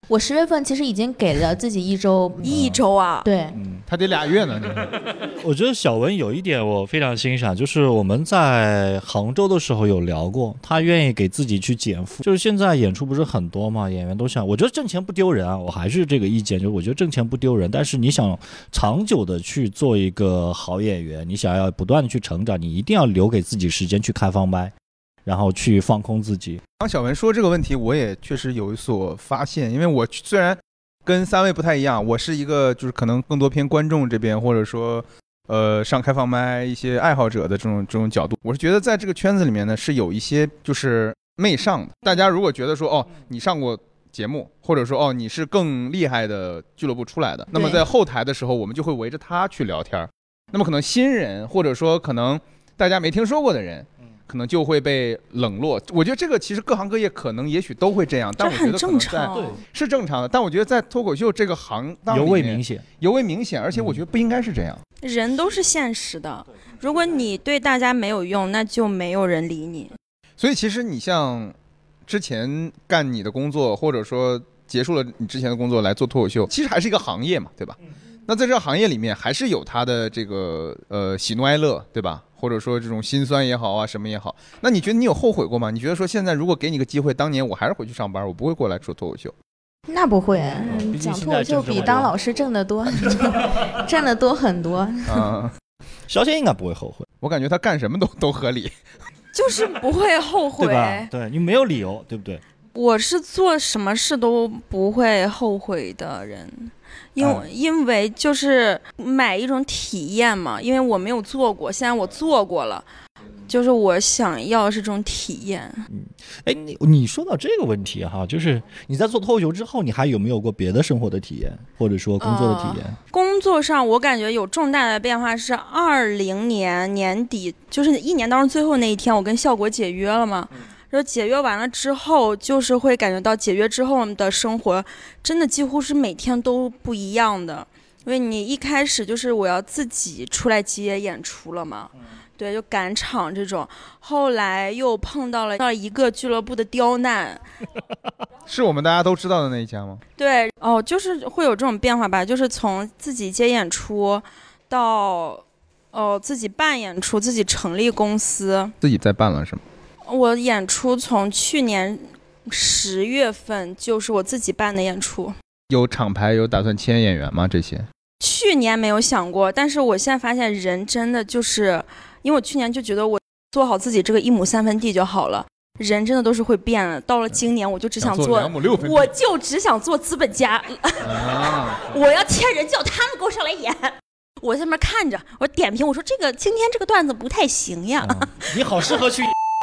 我十月份其实已经给了自己一周， 一周啊？ 对， 嗯，他得俩月呢。 我觉得小文有一点我非常欣赏，就是我们在杭州的时候有聊过，他愿意给自己去减负。就是现在演出不是很多嘛，演员都想，我觉得挣钱不丢人啊，我还是这个意见，就是我觉得挣钱不丢人，但是你想长久的去做一个好演员，你想要不断的去成长，你一定要留给自己时间去开放麦，然后去放空自己。 刚小文说这个问题，我也确实有所发现，因为我虽然跟三位不太一样，我是一个就是可能更多偏观众这边，或者说呃上开放麦一些爱好者的这种这种角度，我是觉得在这个圈子里面呢是有一些就是媚上的。大家如果觉得说哦你上过节目，或者说哦你是更厉害的俱乐部出来的，那么在后台的时候我们就会围着他去聊天，那么可能新人或者说可能大家没听说过的人可能就会被冷落。我觉得这个其实各行各业可能也许都会这样，但我觉得可能在是正常的，但我觉得在脱口秀这个行当里面尤为明显， 尤为明显，而且我觉得不应该是这样。 人都是现实的，如果你对大家没有用，那就没有人理你。 所以其实你像之前干你的工作，或者说结束了你之前的工作来做脱口秀，其实还是一个行业嘛，对吧？那在这个行业里面还是有它的这个呃喜怒哀乐，对吧？或者说这种辛酸也好啊，什么也好。那你觉得你有后悔过吗？你觉得说现在如果给你个机会，当年我还是回去上班，我不会过来做脱口秀？ 那不会，嗯、讲脱口秀比当老师挣得多，挣得多很多。 啊， 小姐应该不会后悔， 我感觉他干什么都都合理， 就是不会后悔， 对吧？对，你没有理由，对不对？ 我是做什么事都不会后悔的人。因为、嗯、因为就是买一种体验嘛，因为我没有做过，现在我做过了，就是我想要是这种体验。 嗯，哎，你你说到这个问题哈，就是你在做脱口秀之后，你还有没有过别的生活的体验，或者说工作的体验？呃、 工作上我感觉有重大的变化是二零年年底，就是一年当中最后那一天，我跟效果解约了嘛。嗯，然后解约完了之后，就是会感觉到解约之后的生活真的几乎是每天都不一样的，因为你一开始就是我要自己出来接演出了嘛，对，就赶场这种，后来又碰到了一个俱乐部的刁难， 是我们大家都知道的那一家吗？ 对，哦，就是会有这种变化吧，就是从自己接演出到哦自己办演出，自己成立公司， 自己在办了是吗？ 我演出从去年十月份就是我自己办的演出。 有厂牌有打算签演员吗？这些去年没有想过，但是我现在发现人真的就是因为我去年就觉得我做好自己这个一亩三分地就好了，人真的都是会变的。到了今年我就只想做两亩六分地， 我就只想做资本家、啊、我要签人叫他们给我上来演，我在那边看着我点评，我说这个今天这个段子不太行呀、 嗯、你好适合去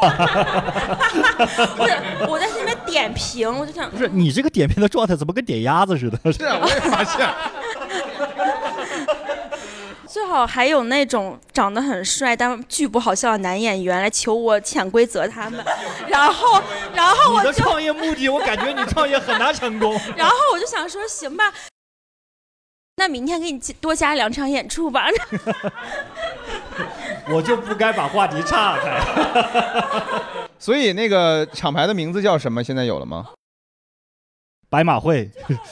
不是，我在那边点评，我就想， 不是你这个点评的状态怎么跟点鸭子似的？ 是啊，我也发现。 最好还有那种长得很帅但巨不好笑的男演员来求我潜规则他们，然后，然后我就你的创业目的，我感觉你创业很难成功。 然后我就想说，行吧，那明天给你多加两场演出吧。 我就不该把话题岔开。 所以那个厂牌的名字叫什么？现在有了吗？ 白马会。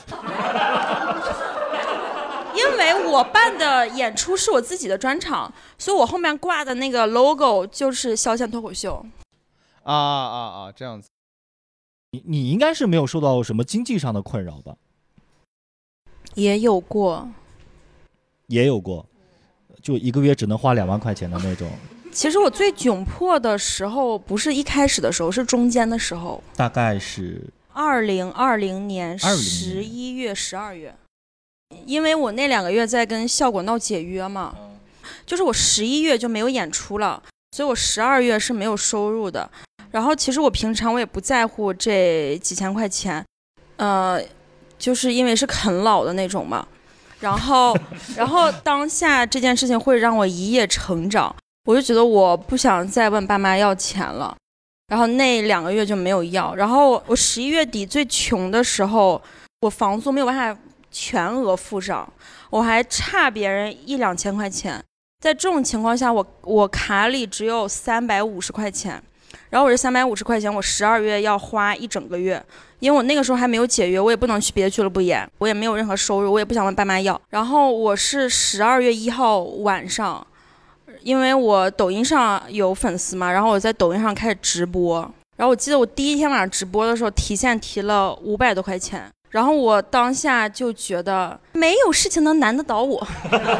因为我办的演出是我自己的专场，所以我后面挂的那个 logo 就是萧宪脱口秀。 啊啊啊！这样子， 你你应该是没有受到什么经济上的困扰吧？ 也有过， 也有过。就一个月只能花两万块钱的那种。 其实我最窘迫的时候不是一开始的时候，是中间的时候。 大概是二零二零年十一月、十二月，因为我那两个月在跟效果闹解约嘛，就是我十一月就没有演出了，所以我十二月是没有收入的。然后其实我平常我也不在乎这几千块钱，呃，就是因为是啃老的那种嘛。然后，然后当下这件事情会让我一夜成长，我就觉得我不想再问爸妈要钱了，然后那两个月就没有要。然后我十一月底最穷的时候，我房租没有办法全额付上，我还差别人一两千块钱。在这种情况下，我我卡里只有三百五十块钱， 然后我这三百五十块钱，我十二月要花一整个月，因为我那个时候还没有解约，我也不能去别的俱乐部演，我也没有任何收入，我也不想问爸妈要。然后我是十二月一号晚上，因为我抖音上有粉丝嘛，然后我在抖音上开始直播，然后我记得我第一天晚上直播的时候提现提了五百多块钱。然后我当下就觉得没有事情能难得倒我，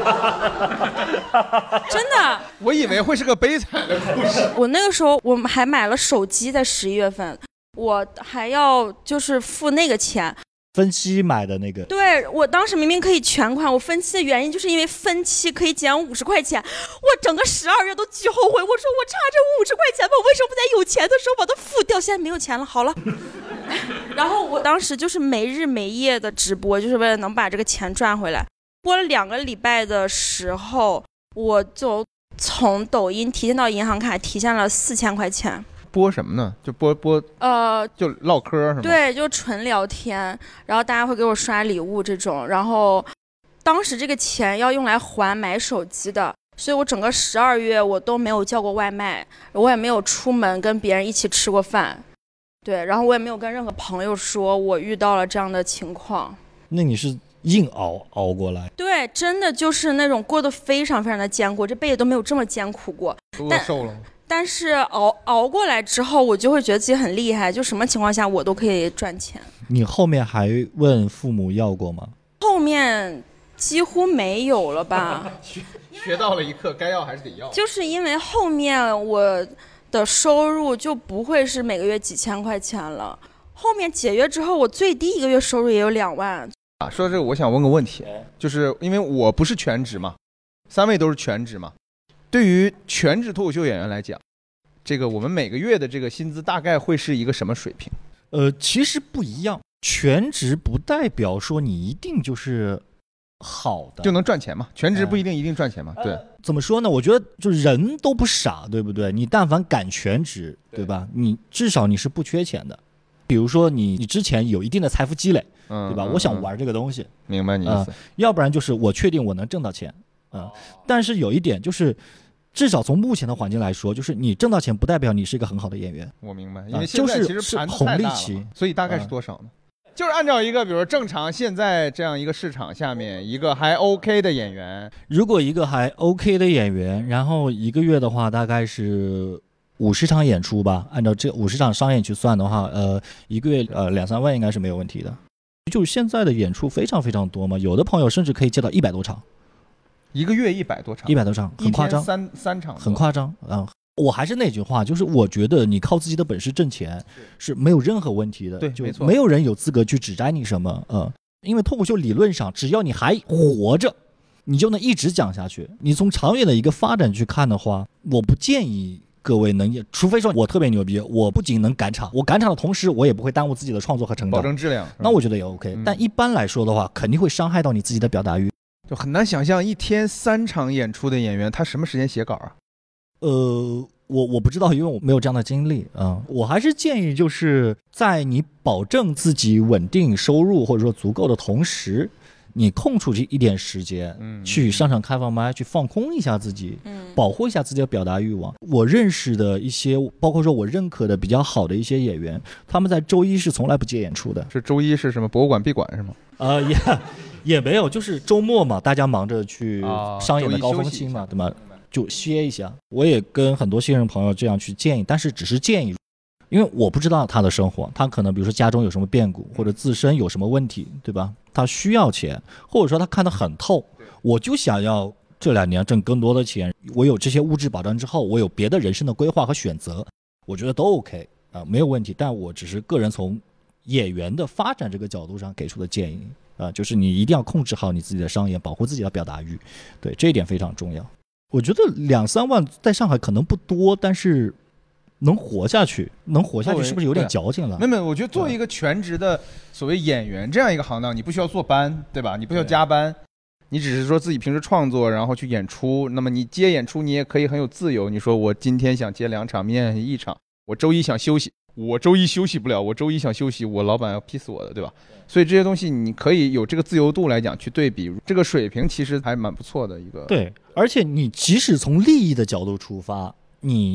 真的。 我以为会是个悲惨的故事。 我那个时候我们还买了手机，在十一月份，我还要就是付那个钱。 分期买的那个， 对，我当时明明可以全款，我分期的原因就是因为分期可以减五十块钱，我整个十二月都巨后悔，我说我差这五十块钱吧，我为什么不在有钱的时候把它付掉？现在没有钱了，好了。然后我当时就是没日没夜的直播，就是为了能把这个钱赚回来。播了两个礼拜的时候，我就从抖音提现到银行卡，提现了四千块钱。 播什么呢？就播播呃， 就唠嗑是吗？ 对，就纯聊天，然后大家会给我刷礼物这种，然后当时这个钱要用来还买手机的，所以我整个十二月我都没有叫过外卖，我也没有出门跟别人一起吃过饭，对，然后我也没有跟任何朋友说我遇到了这样的情况。 那你是硬熬熬过来？ 对，真的就是那种过得非常非常的艰苦，这辈子都没有这么艰苦过。 饿瘦了吗？ 但是熬熬过来之后，我就会觉得自己很厉害，就什么情况下我都可以赚钱。 你后面还问父母要过吗？ 后面几乎没有了吧。 学到了一课，该要还是得要。 就是因为后面我的收入就不会是每个月几千块钱了，后面解约之后，我最低一个月收入也有两万。 啊，说到这个，我想问个问题，就是因为我不是全职嘛，三位都是全职嘛。对于全职脱口秀演员来讲，这个我们每个月的这个薪资大概会是一个什么水平？ 呃，其实不一样，全职不代表说你一定就是好的就能赚钱嘛，全职不一定一定赚钱嘛。对， 怎么说呢？我觉得就人都不傻，对不对？你但凡敢全职，对吧？你至少你是不缺钱的。比如说你你之前有一定的财富积累， 嗯， 对吧？ 嗯、 我想玩这个东西， 明白你意思、 呃。要不然就是我确定我能挣到钱，嗯、呃。但是有一点就是。至少从目前的环境来说，就是你挣到钱不代表你是一个很好的演员。 我明白，因为现在其实盘红利期， 所以大概是多少呢？嗯、就是按照一个比如说正常现在这样一个市场下面，一个还 OK 的演员， 如果一个还 OK 的演员，然后一个月的话大概是五十场演出吧，按照这五十场商演去算的话，呃，一个月呃两三万应该是没有问题的。就是现在的演出非常非常多嘛，有的朋友甚至可以接到一百多场。 一个月一百多场， 一百多场，很夸张， 三三场， 很夸张啊、嗯！我还是那句话，就是我觉得你靠自己的本事挣钱是没有任何问题的， 对， 就没错， 没有人有资格去指摘你什么，嗯，因为脱口秀理论上，只要你还活着，你就能一直讲下去。你从长远的一个发展去看的话，我不建议各位能，除非说我特别牛逼，我不仅能赶场，我赶场的同时，我也不会耽误自己的创作和成长， 保证质量， 那我觉得也 OK、嗯。但一般来说的话，肯定会伤害到你自己的表达欲。 就很难想象一天三场演出的演员，他什么时间写稿啊？ 呃，我我不知道，因为我没有这样的经历啊、嗯。我还是建议，就是在你保证自己稳定收入或者说足够的同时，你空出一点时间，嗯，去上场开放麦，去放空一下自己，嗯，保护一下自己的表达欲望。我认识的一些，包括说我认可的比较好的一些演员，他们在周一是从来不接演出的。 是周一是什么博物馆闭馆是吗？ 呃，也也没有，就是周末嘛，大家忙着去商演的高峰期嘛，对吗？就歇一下。我也跟很多新人朋友这样去建议，但是只是建议。因为我不知道他的生活，他可能比如说家中有什么变故，或者自身有什么问题，对吧？他需要钱，或者说他看得很透，我就想要这两年挣更多的钱，我有这些物质保障之后，我有别的人生的规划和选择，我觉得都 OK 啊、呃，没有问题。但我只是个人从演员的发展这个角度上给出的建议啊、呃，就是你一定要控制好你自己的商业，保护自己的表达欲，对，这一点非常重要。我觉得两三万在上海可能不多，但是能活下去，能活下去是不是有点矫情了？ 没有，我觉得作为一个全职的所谓演员这样一个行当，你不需要坐班，对吧？你不需要加班，你只是说自己平时创作，然后去演出。那么你接演出，你也可以很有自由。你说我今天想接两场，明天一场，我周一想休息，我周一休息不了，我周一想休息，我老板要批死我的，对吧？所以这些东西你可以有这个自由度来讲去对比，这个水平其实还蛮不错的一个。 对，而且你即使从利益的角度出发，你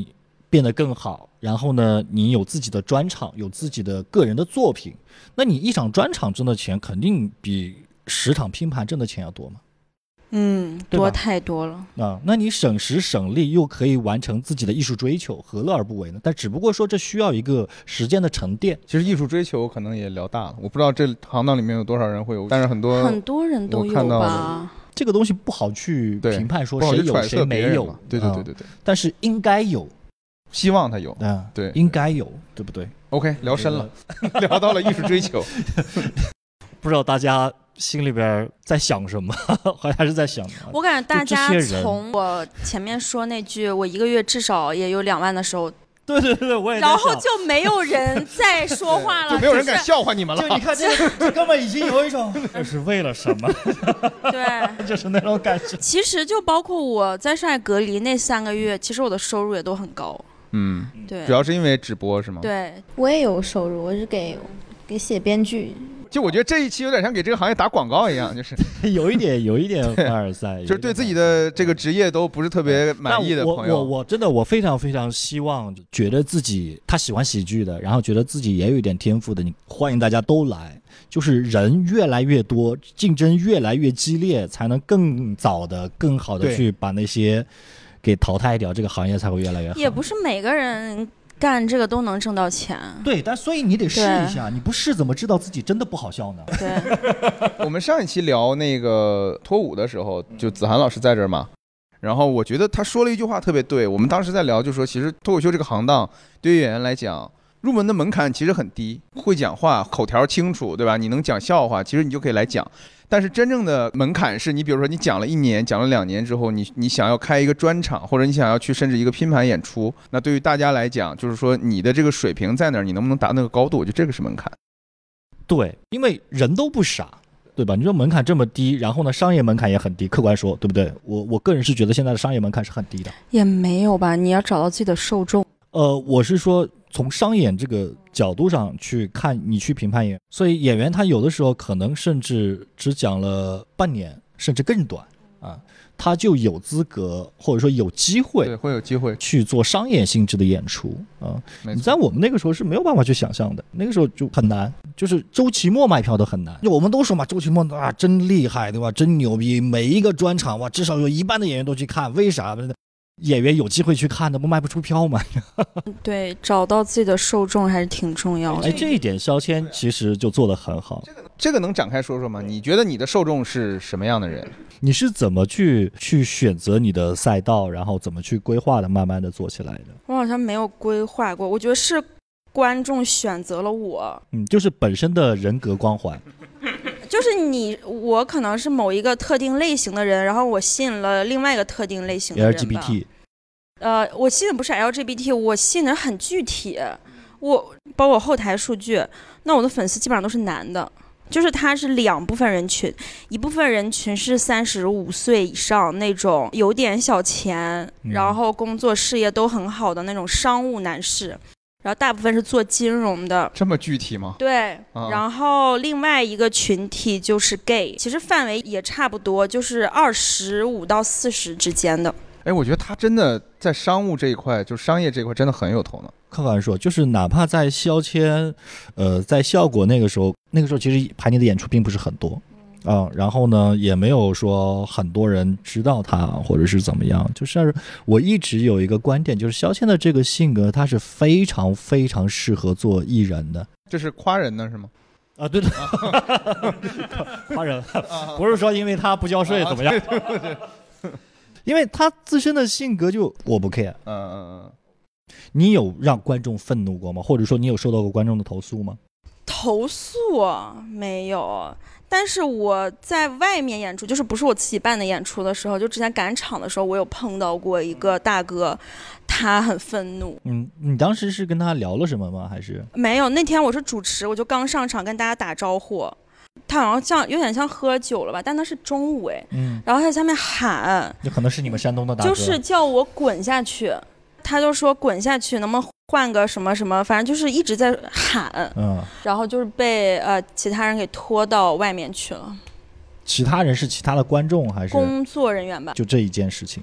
变得更好，然后呢，你有自己的专场，有自己的个人的作品，那你一场专场挣的钱肯定比十场拼盘挣的钱要多嘛？ 嗯，多太多了啊！那你省时省力，又可以完成自己的艺术追求，何乐而不为呢？但只不过说这需要一个时间的沉淀。 其实艺术追求可能也聊大了，我不知道这行当里面有多少人会有，但是很多很多人都有吧。 这个东西不好去评判说谁有谁没有， 对对对对对、啊。 但是应该有， 希望他有， 啊， 对， 应该有，对不对 ？OK， 聊深了，聊到了艺术追求， 不知道大家心里边在想什么，好像是在想。 我感觉大家从我前面说那句“我一个月至少也有两万”的时候。 对对对，我也在想。然后就没有人再说话了， 就没有人敢笑话你们了。 就你看这个，这根本已经有一种这是为了什么？ 对， 就是那种感觉。 其实就包括我在上海隔离那三个月，其实我的收入也都很高。 嗯， 对， 主要是因为直播是吗？ 对， 我也有收入，我是给给写编剧。 就我觉得这一期有点像给这个行业打广告一样，就是有一点有一点凡尔赛， 就是对自己的这个职业都不是特别满意的朋友。 我我我真的我非常非常希望，觉得自己他喜欢喜剧的，然后觉得自己也有一点天赋的，你欢迎大家都来。就是人越来越多，竞争越来越激烈，才能更早的、更好的去把那些给淘汰掉，这个行业才会越来越好。 也不是每个人干这个都能挣到钱。 对，但所以你得试一下，你不试怎么知道自己真的不好笑呢？ 对。 我们上一期聊那个脱舞的时候，就子涵老师在这儿嘛，然后我觉得他说了一句话特别对。我们当时在聊，就说其实脱口秀这个行当对于演员来讲，入门的门槛其实很低，会讲话，口条清楚，对吧？你能讲笑话，其实你就可以来讲。但是真正的门槛是你比如说你讲了一年讲了两年之后，你你想要开一个专场，或者你想要去甚至一个拼盘演出，那对于大家来讲就是说你的这个水平在哪儿，你能不能达那个高度，我觉得这个是门槛。 对，因为人都不傻，对吧？你说门槛这么低，然后呢商业门槛也很低，客观说对不对？我我个人是觉得现在的商业门槛是很低的。 也没有吧，你要找到自己的受众。 呃，我是说从商演这个角度上去看，你去评判演员，所以演员他有的时候可能甚至只讲了半年，甚至更短啊，他就有资格或者说有机会， 对，会有机会去做商业性质的演出啊。你在我们那个时候是没有办法去想象的，那个时候就很难，就是周奇墨卖票都很难。就我们都说嘛，周奇墨啊真厉害，对吧？真牛逼，每一个专场哇，至少有一半的演员都去看，为啥？演员有机会去看的，不卖不出票吗？ 对，找到自己的受众还是挺重要的。 哎，这一点肖谦其实就做得很好。 这个这个能展开说说吗？你觉得你的受众是什么样的人？ 你是怎么去去选择你的赛道，然后怎么去规划的，慢慢的做起来的？ 我好像没有规划过，我觉得是观众选择了我。 嗯，就是本身的人格光环。 就是你，我可能是某一个特定类型的人，然后我吸引了另外一个特定类型的人吧。 L G B T， 呃，我吸引的不是 L G B T， 我吸引的很具体。我包括后台数据，那我的粉丝基本上都是男的，就是他是两部分人群，一部分人群是三十五岁以上那种有点小钱， 嗯、 然后工作事业都很好的那种商务男士。然后大部分是做金融的。 这么具体吗？ 对、 啊、 然后另外一个群体就是 gay， 其实范围也差不多，就是二十五到四十之间的。 哎，我觉得他真的在商务这一块，就是商业这一块真的很有头脑。 客观说，就是哪怕在肖谦呃在效果那个时候，那个时候其实排你的演出并不是很多啊、呃，然后呢也没有说很多人知道他或者是怎么样，就是我一直有一个观点，就是肖谦的这个性格他是非常非常适合做艺人的。 这是夸人呢是吗？ 啊，对对，夸人，不是说因为他不交税怎么样， 啊、对对对因为他自身的性格就我不 care。 嗯嗯嗯。 你有让观众愤怒过吗？或者说你有收到过观众的投诉吗？ 投诉没有，但是我在外面演出，就是不是我自己办的演出的时候，就之前赶场的时候，我有碰到过一个大哥，他很愤怒。 嗯，你当时是跟他聊了什么吗？还是没有？那天我是主持，我就刚上场跟大家打招呼，他好像像有点像喝酒了吧，但他是中午哎， 嗯， 然后他在下面喊， 就可能是你们山东的大哥， 就是叫我滚下去，他就说滚下去，能不能换个什么什么，反正就是一直在喊， 嗯， 然后就是被呃其他人给拖到外面去了。 其他人是其他的观众还是工作人员吧？ 就这一件事情，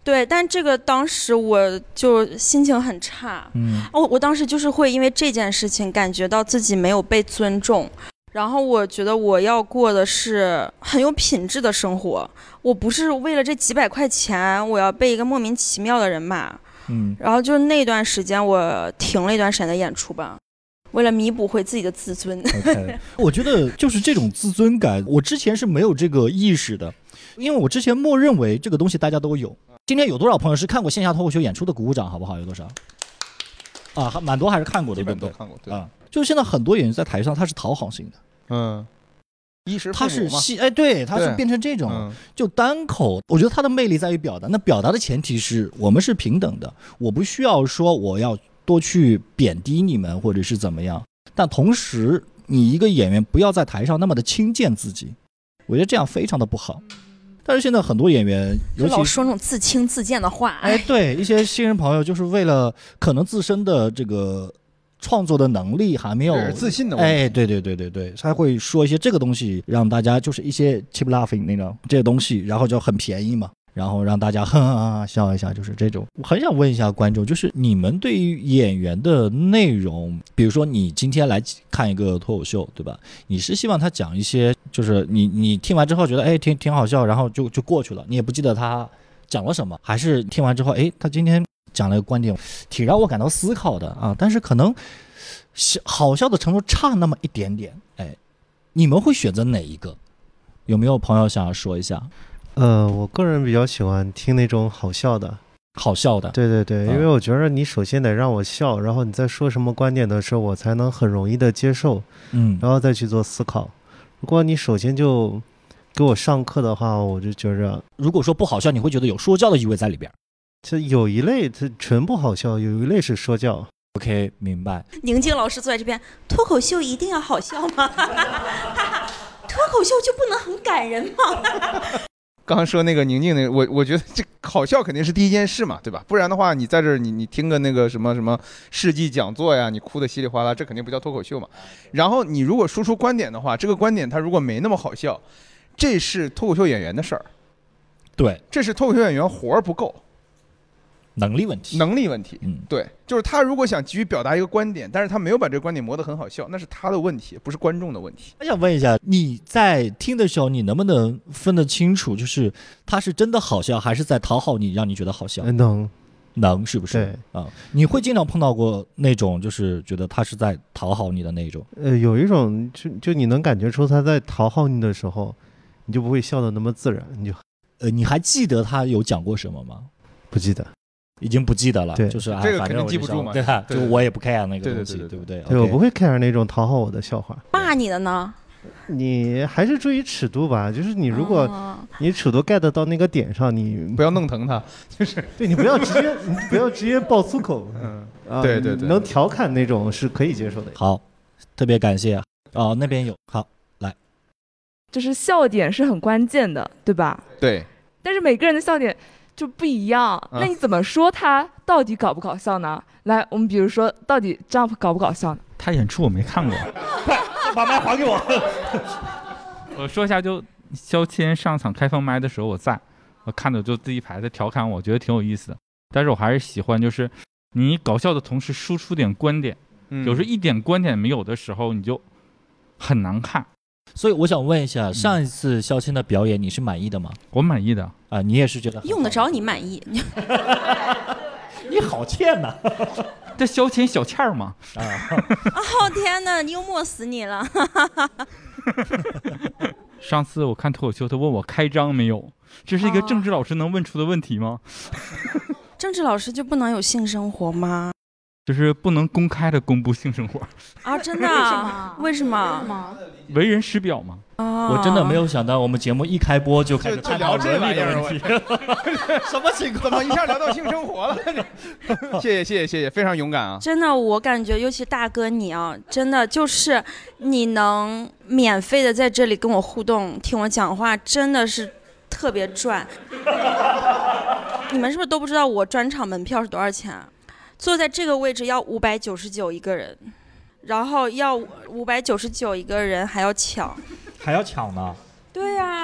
对，但这个当时我就心情很差， 嗯， 哦，我当时就是会因为这件事情感觉到自己没有被尊重，然后我觉得我要过的是很有品质的生活，我不是为了这几百块钱我要被一个莫名其妙的人骂。 嗯， 然后就那段时间我停了一段时间的演出吧，为了弥补回自己的自尊。 OK， 我觉得就是这种自尊感，我之前是没有这个意识的，因为我之前默认为这个东西大家都有。今天有多少朋友是看过线下脱口秀演出的？鼓鼓掌好不好？有多少？啊，还蛮多还是看过的， 基本对不对？ 都看过，对啊，就是现在很多演员在台上他是讨好型的， 嗯，衣食父他母嘛是戏，哎，对，他是对变成这种， 嗯就单口。我觉得他的魅力在于表达，那表达的前提是我们是平等的，我不需要说我要多去贬低你们或者是怎么样，但同时你一个演员不要在台上那么的轻贱自己，我觉得这样非常的不好。但是现在很多演员，尤其老说那种自轻自贱的话， 哎，对，一些新人朋友就是为了可能自身的这个创作的能力还没有自信的问题， 哎，对对对对对，他会说一些这个东西，让大家就是一些 cheap laughing 那种这些东西，然后就很便宜嘛，然后让大家哼哼哼笑一下，就是这种。我很想问一下观众，就是你们对于演员的内容，比如说你今天来看一个脱口秀，对吧？你是希望他讲一些，就是你你听完之后觉得哎挺挺好笑，然后就就过去了，你也不记得他讲了什么，还是听完之后哎他今天讲了一个观点挺让我感到思考的啊，但是可能好笑的程度差那么一点点，哎，你们会选择哪一个？有没有朋友想要说一下？ 呃，我个人比较喜欢听那种好笑的， 好笑的。 对对对， 嗯因为我觉得你首先得让我笑，然后你在说什么观点的时候，我才能很容易的接受， 嗯， 然后再去做思考。如果你首先就给我上课的话，我就觉着， 如果说不好笑，你会觉得有说教的意味在里边。 这有一类它纯不好笑，有一类是说教。 OK， 明白。 宁静老师坐在这边，脱口秀一定要好笑吗？脱口秀就不能很感人吗？ 刚刚说那个宁静那个，我我觉得这好笑肯定是第一件事嘛，对吧？不然的话，你在这儿你你听个那个什么什么世纪讲座呀，你哭得稀里哗啦，这肯定不叫脱口秀嘛。然后你如果输出观点的话，这个观点它如果没那么好笑，这是脱口秀演员的事儿， 对， 这是脱口秀演员活儿不够， 能力问题， 能力问题。 嗯， 对，就是他如果想急于表达一个观点，但是他没有把这个观点磨得很好笑，那是他的问题，不是观众的问题。 我想问一下，你在听的时候，你能不能分得清楚，就是他是真的好笑，还是在讨好你，让你觉得好笑？ 呃能能，是不是？ 对啊，你会经常碰到过那种，就是觉得他是在讨好你的那种。 呃，有一种就就你能感觉出他在讨好你的时候，你就不会笑得那么自然，你就呃，你还记得他有讲过什么吗？ 不记得。 已经不记得了， 对就是啊， 这个肯定反正我就记不住嘛对吧？ 对对就我也不 care 那个对对东西， 对对对不对？ 对，我 OK 不会 care 那种讨好我的笑话。 骂你的呢？ 你还是注意尺度吧，就是你如果哦你尺度 get 到那个点上，你不要弄疼他，就是对你不要直接你不要直接爆粗口， 嗯， 啊， 对对对能调侃那种是可以接受的。 好，特别感谢哦，那边有好来， 就是笑点是很关键的，对吧？ 对， 但是每个人的笑点就不一样， 啊那你怎么说他到底搞不搞笑呢？来，我们比如说，到底 Jump 搞不搞笑呢？ 他演出我没看过， 把麦还给我。 我说一下，就肖谦上场开放麦的时候我在，我看的就第一排在调侃我，觉得挺有意思的。但是我还是喜欢，就是你搞笑的同时输出点观点， 嗯有时一点观点没有的时候，你就很难看。 所以我想问一下，上一次肖谦的表演你是满意的吗？ 我满意的啊，你也是觉得很好用得着你满意？ 你好欠呐！ 这消遣小倩儿嘛。 啊， 哦天哪，幽默死你了！ 上次我看脱口秀，他问我开张没有，这是一个政治老师能问出的问题吗？ 政治老师就不能有性生活吗？ 就是不能公开的公布性生活啊，真的啊？为什么？ 为人师表嘛。 啊， 我真的没有想到，我们节目一开播就开始探讨伦理的问题，什么情况？ 怎么一下聊到性生活了？谢谢谢谢谢谢，非常勇敢啊！ 真的，我感觉尤其大哥你啊，真的就是你能免费的在这里跟我互动，听我讲话，真的是特别赚。你们是不是都不知道我专场门票是多少钱啊？坐在这个位置要五百九十九一个人，然后要五百九十九一个人还要抢。 还要抢呢？ 对呀、啊，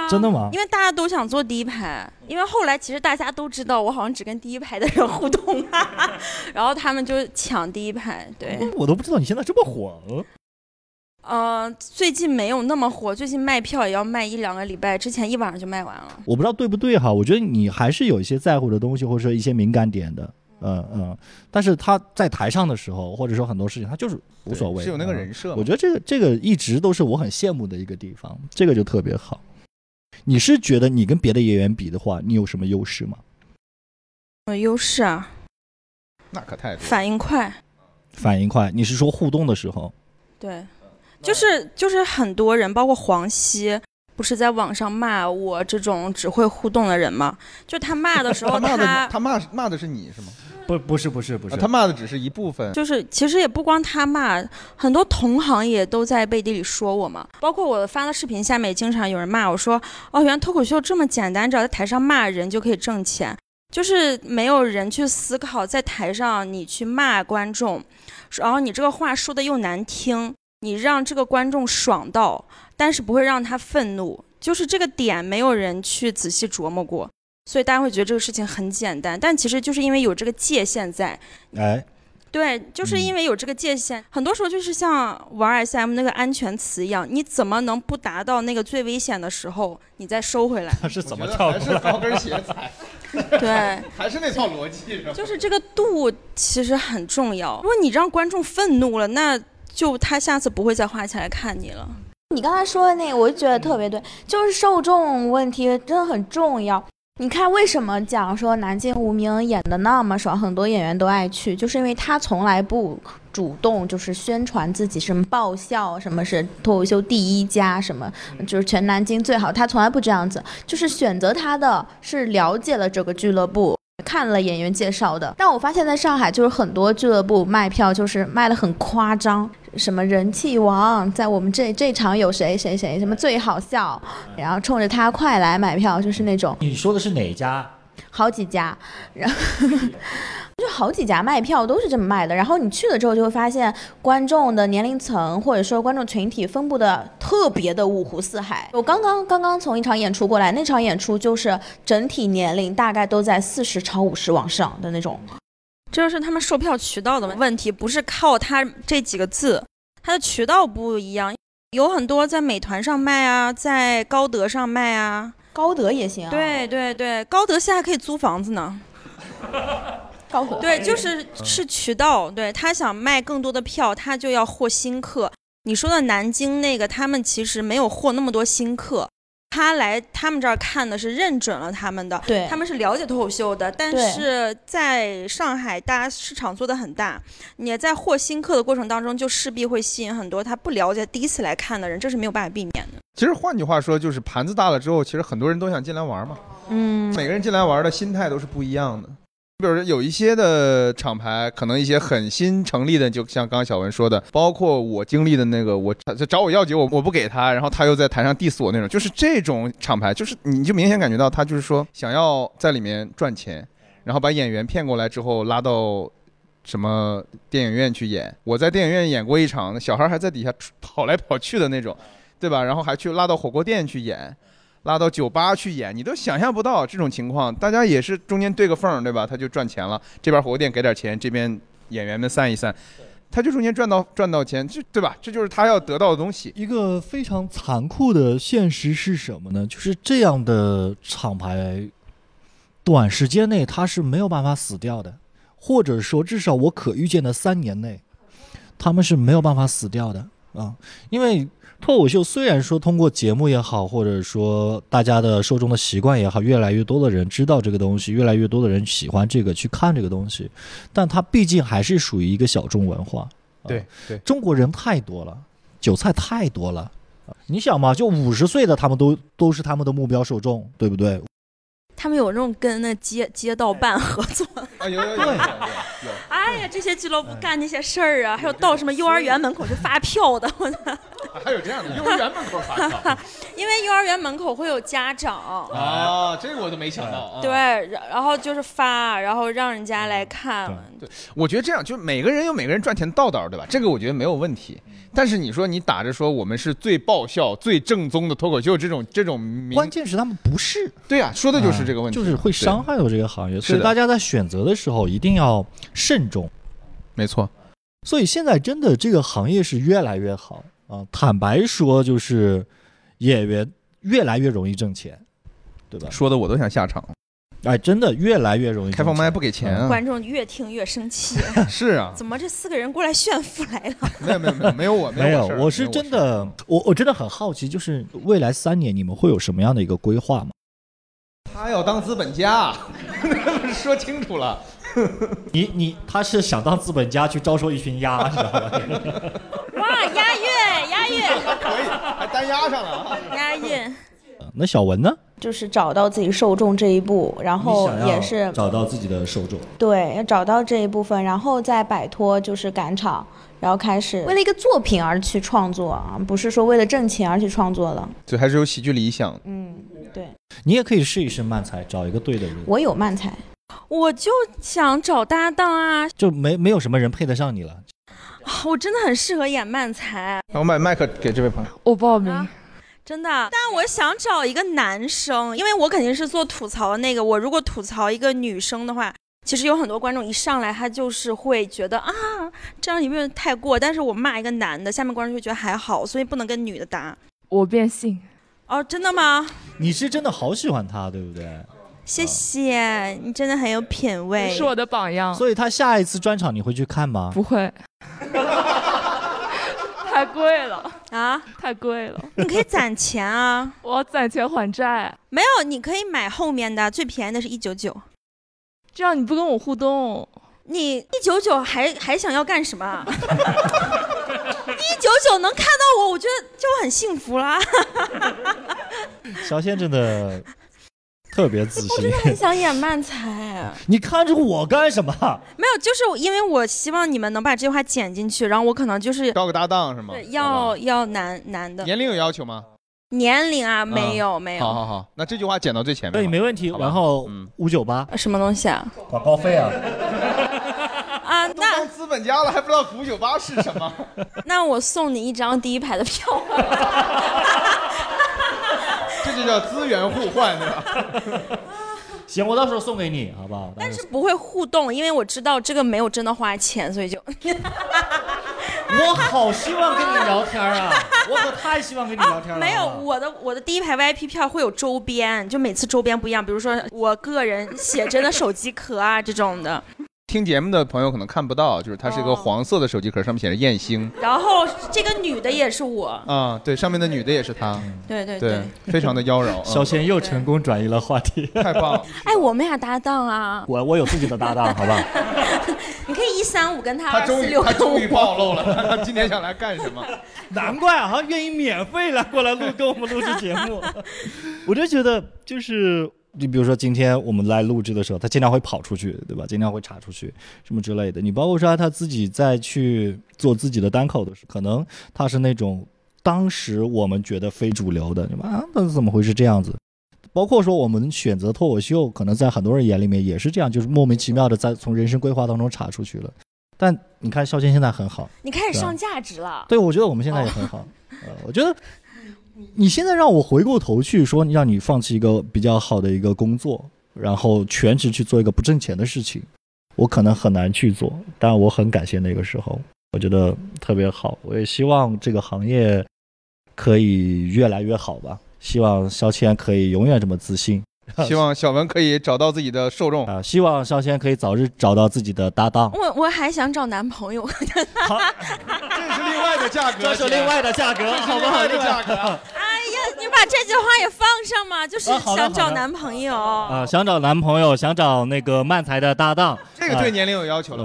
真的吗？ 因为大家都想坐第一排，因为后来其实大家都知道我好像只跟第一排的人互动啊，然后他们就抢第一排。对， 我都不知道你现在这么火。 呃，最近没有那么火，最近卖票也要卖一两个礼拜，之前一晚上就卖完了。 我不知道对不对哈，我觉得你还是有一些在乎的东西，或者说一些敏感点的。嗯嗯，但是他在台上的时候，或者说很多事情，他就是无所谓， 是有那个人设、嗯。 我觉得这个这个一直都是我很羡慕的一个地方，这个就特别好。你是觉得你跟别的演员比的话，你有什么优势吗？ 有优势啊， 那可太多。 反应快， 反应快。你是说互动的时候？ 对，就是就是很多人，包括黄西。不是在网上骂我这种只会互动的人吗？就他骂的时候他， 他骂的他骂骂的是你是吗？ 不，不是，不是，不是、啊， 他骂的只是一部分。 就是其实也不光他骂，很多同行也都在背地里说我嘛。包括我发的视频下面也经常有人骂我说：“哦，原来脱口秀这么简单，只要在台上骂人就可以挣钱。”就是没有人去思考，在台上你去骂观众，然后你这个话说的又难听，你让这个观众爽到。但是不会让他愤怒，就是这个点没有人去仔细琢磨过，所以大家会觉得这个事情很简单，但其实就是因为有这个界限在。 哎， 对，就是因为有这个界限、嗯、很多时候就是像玩 S M 那个安全词一样，你怎么能不达到那个最危险的时候你再收回来？ 他是怎么跳还是高跟鞋踩对， 还是那套逻辑， 就是这个度其实很重要。如果你让观众愤怒了，那就他下次不会再花钱来看你了。 你刚才说的那个我就觉得特别对，就是受众问题真的很重要。你看为什么讲说南京无名演的那么爽，很多演员都爱去，就是因为他从来不主动就是宣传自己什么爆笑，什么是脱口秀第一家，什么就是全南京最好，他从来不这样子，就是选择他的是了解了这个俱乐部，看了演员介绍的。但我发现在上海就是很多俱乐部卖票就是卖得很夸张，什么人气王在我们这这场有谁谁谁什么最好笑，然后冲着他快来买票，就是那种。 你说的是哪家？ 好几家，然后就好几家卖票都是这么卖的。然后你去了之后就会发现观众的年龄层或者说观众群体分布的特别的五湖四海。我刚刚刚刚从一场演出过来，那场演出就是整体年龄大概都在四十朝五十往上的那种。 这就是他们售票渠道的问题，不是靠他这几个字，他的渠道不一样。有很多在美团上卖啊，在高德上卖啊。 高德也行啊。 对对对，高德现在可以租房子呢。 高德对，就是是渠道。对，他想卖更多的票，他就要获新客。你说的南京那个，他们其实没有获那么多新客。他来他们这儿看的是认准了他们的， 对， 他们是了解脱口秀的，但是在上海大家市场做得很大，你在获新客的过程当中就势必会吸引很多他不了解第一次来看的人，这是没有办法避免的。 其实换句话说就是盘子大了之后，其实很多人都想进来玩嘛， 嗯， 每个人进来玩的心态都是不一样的。比如说有一些的厂牌，可能一些很新成立的，就像刚刚小文说的，包括我经历的那个，我他找我要酒，我我不给他，然后他又在台上 diss 我那种，就是这种厂牌，就是你就明显感觉到他就是说想要在里面赚钱，然后把演员骗过来之后拉到什么电影院去演。我在电影院演过一场，小孩还在底下跑来跑去的那种，对吧？然后还去拉到火锅店去演。拉到酒吧去演，你都想象不到这种情况，大家也是中间对个缝，对吧？他就赚钱了，这边火锅店给点钱，这边演员们散一散，他就中间赚到赚到钱，这对吧？这就是他要得到的东西。 一个非常残酷的现实是什么呢？就是这样的厂牌，短时间内他是没有办法死掉的，或者说至少我可预见的三年内，他们是没有办法死掉的啊，因为。脱口秀虽然说通过节目也好，或者说大家的受众的习惯也好，越来越多的人知道这个东西，越来越多的人喜欢这个去看这个东西，但它毕竟还是属于一个小众文化。 对对， 中国人太多了，韭菜太多了，你想嘛，就五十岁的他们都都是他们的目标受众，对不对？ 他们有那种跟那街街道办合作。 啊，有有有有有有。 哎呀，这些俱乐部干那些事儿啊，还有到什么幼儿园门口去发票的，我操！ 还有这样的幼儿园门口发票？ 因为幼儿园门口会有家长。 啊，这个我都没想到。 对，然后就是发，然后让人家来看。 对，我觉得这样，就是每个人有每个人赚钱的道道，对吧？这个我觉得没有问题。但是你说你打着说我们是最爆笑、最正宗的脱口秀这种这种名， 关键是他们不是。 对呀、啊，说的就是这个问题， 就是会伤害到这个行业，所以大家在选择的时候一定要慎重。 没错。 所以现在真的这个行业是越来越好啊！坦白说，就是演员越来越容易挣钱，对吧？ 说的我都想下场。 哎，真的越来越容易。 开放麦不给钱啊！ 观众越听越生气。 是啊， 怎么这四个人过来炫富来了？ 没有没有没有没有我没有，我是真的，我我真的很好奇，就是未来三年你们会有什么样的一个规划吗？ 他要当资本家，说清楚了。 你你他是想当资本家去招收一群鸭，你知道吧？ 哇，押韵押韵， 可以，还单押上了啊！ 押韵。 那小文呢？ 就是找到自己受众这一步，然后也是找到自己的受众， 对，要找到这一部分，然后再摆脱就是赶场，然后开始为了一个作品而去创作啊，不是说为了挣钱而去创作了。 对，还是有喜剧理想。 嗯，对。 你也可以试一试漫才，找一个对的人。 我有漫才， 我就想找搭档啊， 就没没有什么人配得上你了。 我真的很适合演漫才。 然后麦麦克给这位朋友， 我报名。 啊真的，但我想找一个男生，因为我肯定是做吐槽的那个。我如果吐槽一个女生的话，其实有很多观众一上来他就是会觉得啊，这样有没有太过？但是我骂一个男的，下面观众就觉得还好，所以不能跟女的搭。 我变性。 哦，真的吗？ 你是真的好喜欢他，对不对？ 谢谢，你真的很有品味， 是我的榜样。 所以他下一次专场你会去看吗？ 不会。太贵了啊！ 太贵了。 你可以攒钱啊！ 我要攒钱还债。 没有，你可以买后面的，最便宜的是一九九。 这样你不跟我互动， 你一九九还还想要干什么？一九九能看到我，我觉得就很幸福啦。 小仙真的特别自信， 我真的很想演漫才。 你看着我干什么？ 没有，就是因为我希望你们能把这句话剪进去，然后我可能就是招个搭档是吗？ 要要男男的。 年龄有要求吗？ 年龄啊，没有、嗯、没有。 好好好，那这句话剪到最前面。 对，没问题。然后五九八什么东西啊？ 广告费啊。 啊，那当资本家了还不知道五九八是什么？ 那我送你一张第一排的票。 这就叫资源互换，对吧？ 行，我到时候送给你，好不好？ 但是不会互动，因为我知道这个没有真的花钱，所以就。 我好希望跟你聊天啊！我可太希望跟你聊天了。 啊、没有，我的我的第一排 V I P 票会有周边，就每次周边不一样，比如说我个人写真的手机壳啊这种的。 听节目的朋友可能看不到，就是它是一个黄色的手机壳，上面写着燕星。 然后这个女的也是我。 啊，对，上面的女的也是她。 对对对, 对，非常的妖娆。 小仙又成功转移了话题， 太棒了。 哎，我们俩搭档啊。 我我有自己的搭档，好吧？ 你可以一三五跟他他终于他终于暴露了，他今天想来干什么？ 难怪啊，他愿意免费来过来录跟我们录制节目。我就觉得就是。你比如说今天我们来录制的时候，他经常会跑出去，对吧？经常会查出去什么之类的。你包括说他自己在去做自己的单口的时候，可能他是那种当时我们觉得非主流的，对吧？啊，那怎么会是这样子？包括说我们选择脱口秀，可能在很多人眼里面也是这样，就是莫名其妙的在从人生规划当中查出去了。但你看肖谦现在很好， 你开始上价值了。 对，我觉得我们现在也很好。哦、呃，我觉得。你现在让我回过头去说，让你放弃一个比较好的一个工作，然后全职去做一个不挣钱的事情，我可能很难去做。但我很感谢那个时候，我觉得特别好。我也希望这个行业可以越来越好吧。希望肖谦可以永远这么自信。 希望小文可以找到自己的受众啊！希望肖谦可以早日找到自己的搭档。 我我还想找男朋友。 好，这是另外的价格， 这是另外的价格， 好不好？的价格。 哎呀，你把这句话也放上嘛，就是想找男朋友啊，想找男朋友，想找那个漫才的搭档。 这个对年龄有要求了吧？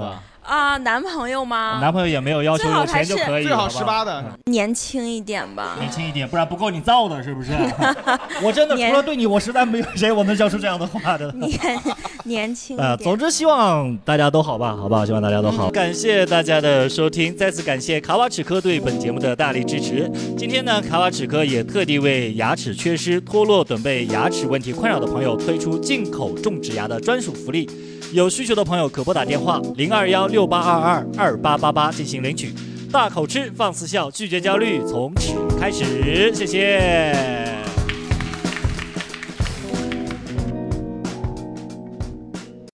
啊，男朋友吗？ 男朋友也没有要求， 最好有钱就可以， 最好十八的， 年轻一点吧， 年轻一点，不然不够你造的，是不是？我真的除了对你，我实在没有谁我能讲出这样的话的。 年年轻一点。 呃，总之希望大家都好吧，好不好？希望大家都好。嗯、感谢大家的收听，再次感谢卡瓦齿科对本节目的大力支持。今天呢，卡瓦齿科也特地为牙齿缺失、脱落等被牙齿问题困扰的朋友推出进口种植牙的专属福利。有需求的朋友可拨打电话零二幺六八二二二八八八进行领取。大口吃，放肆笑，拒绝焦虑，从此开始。谢谢。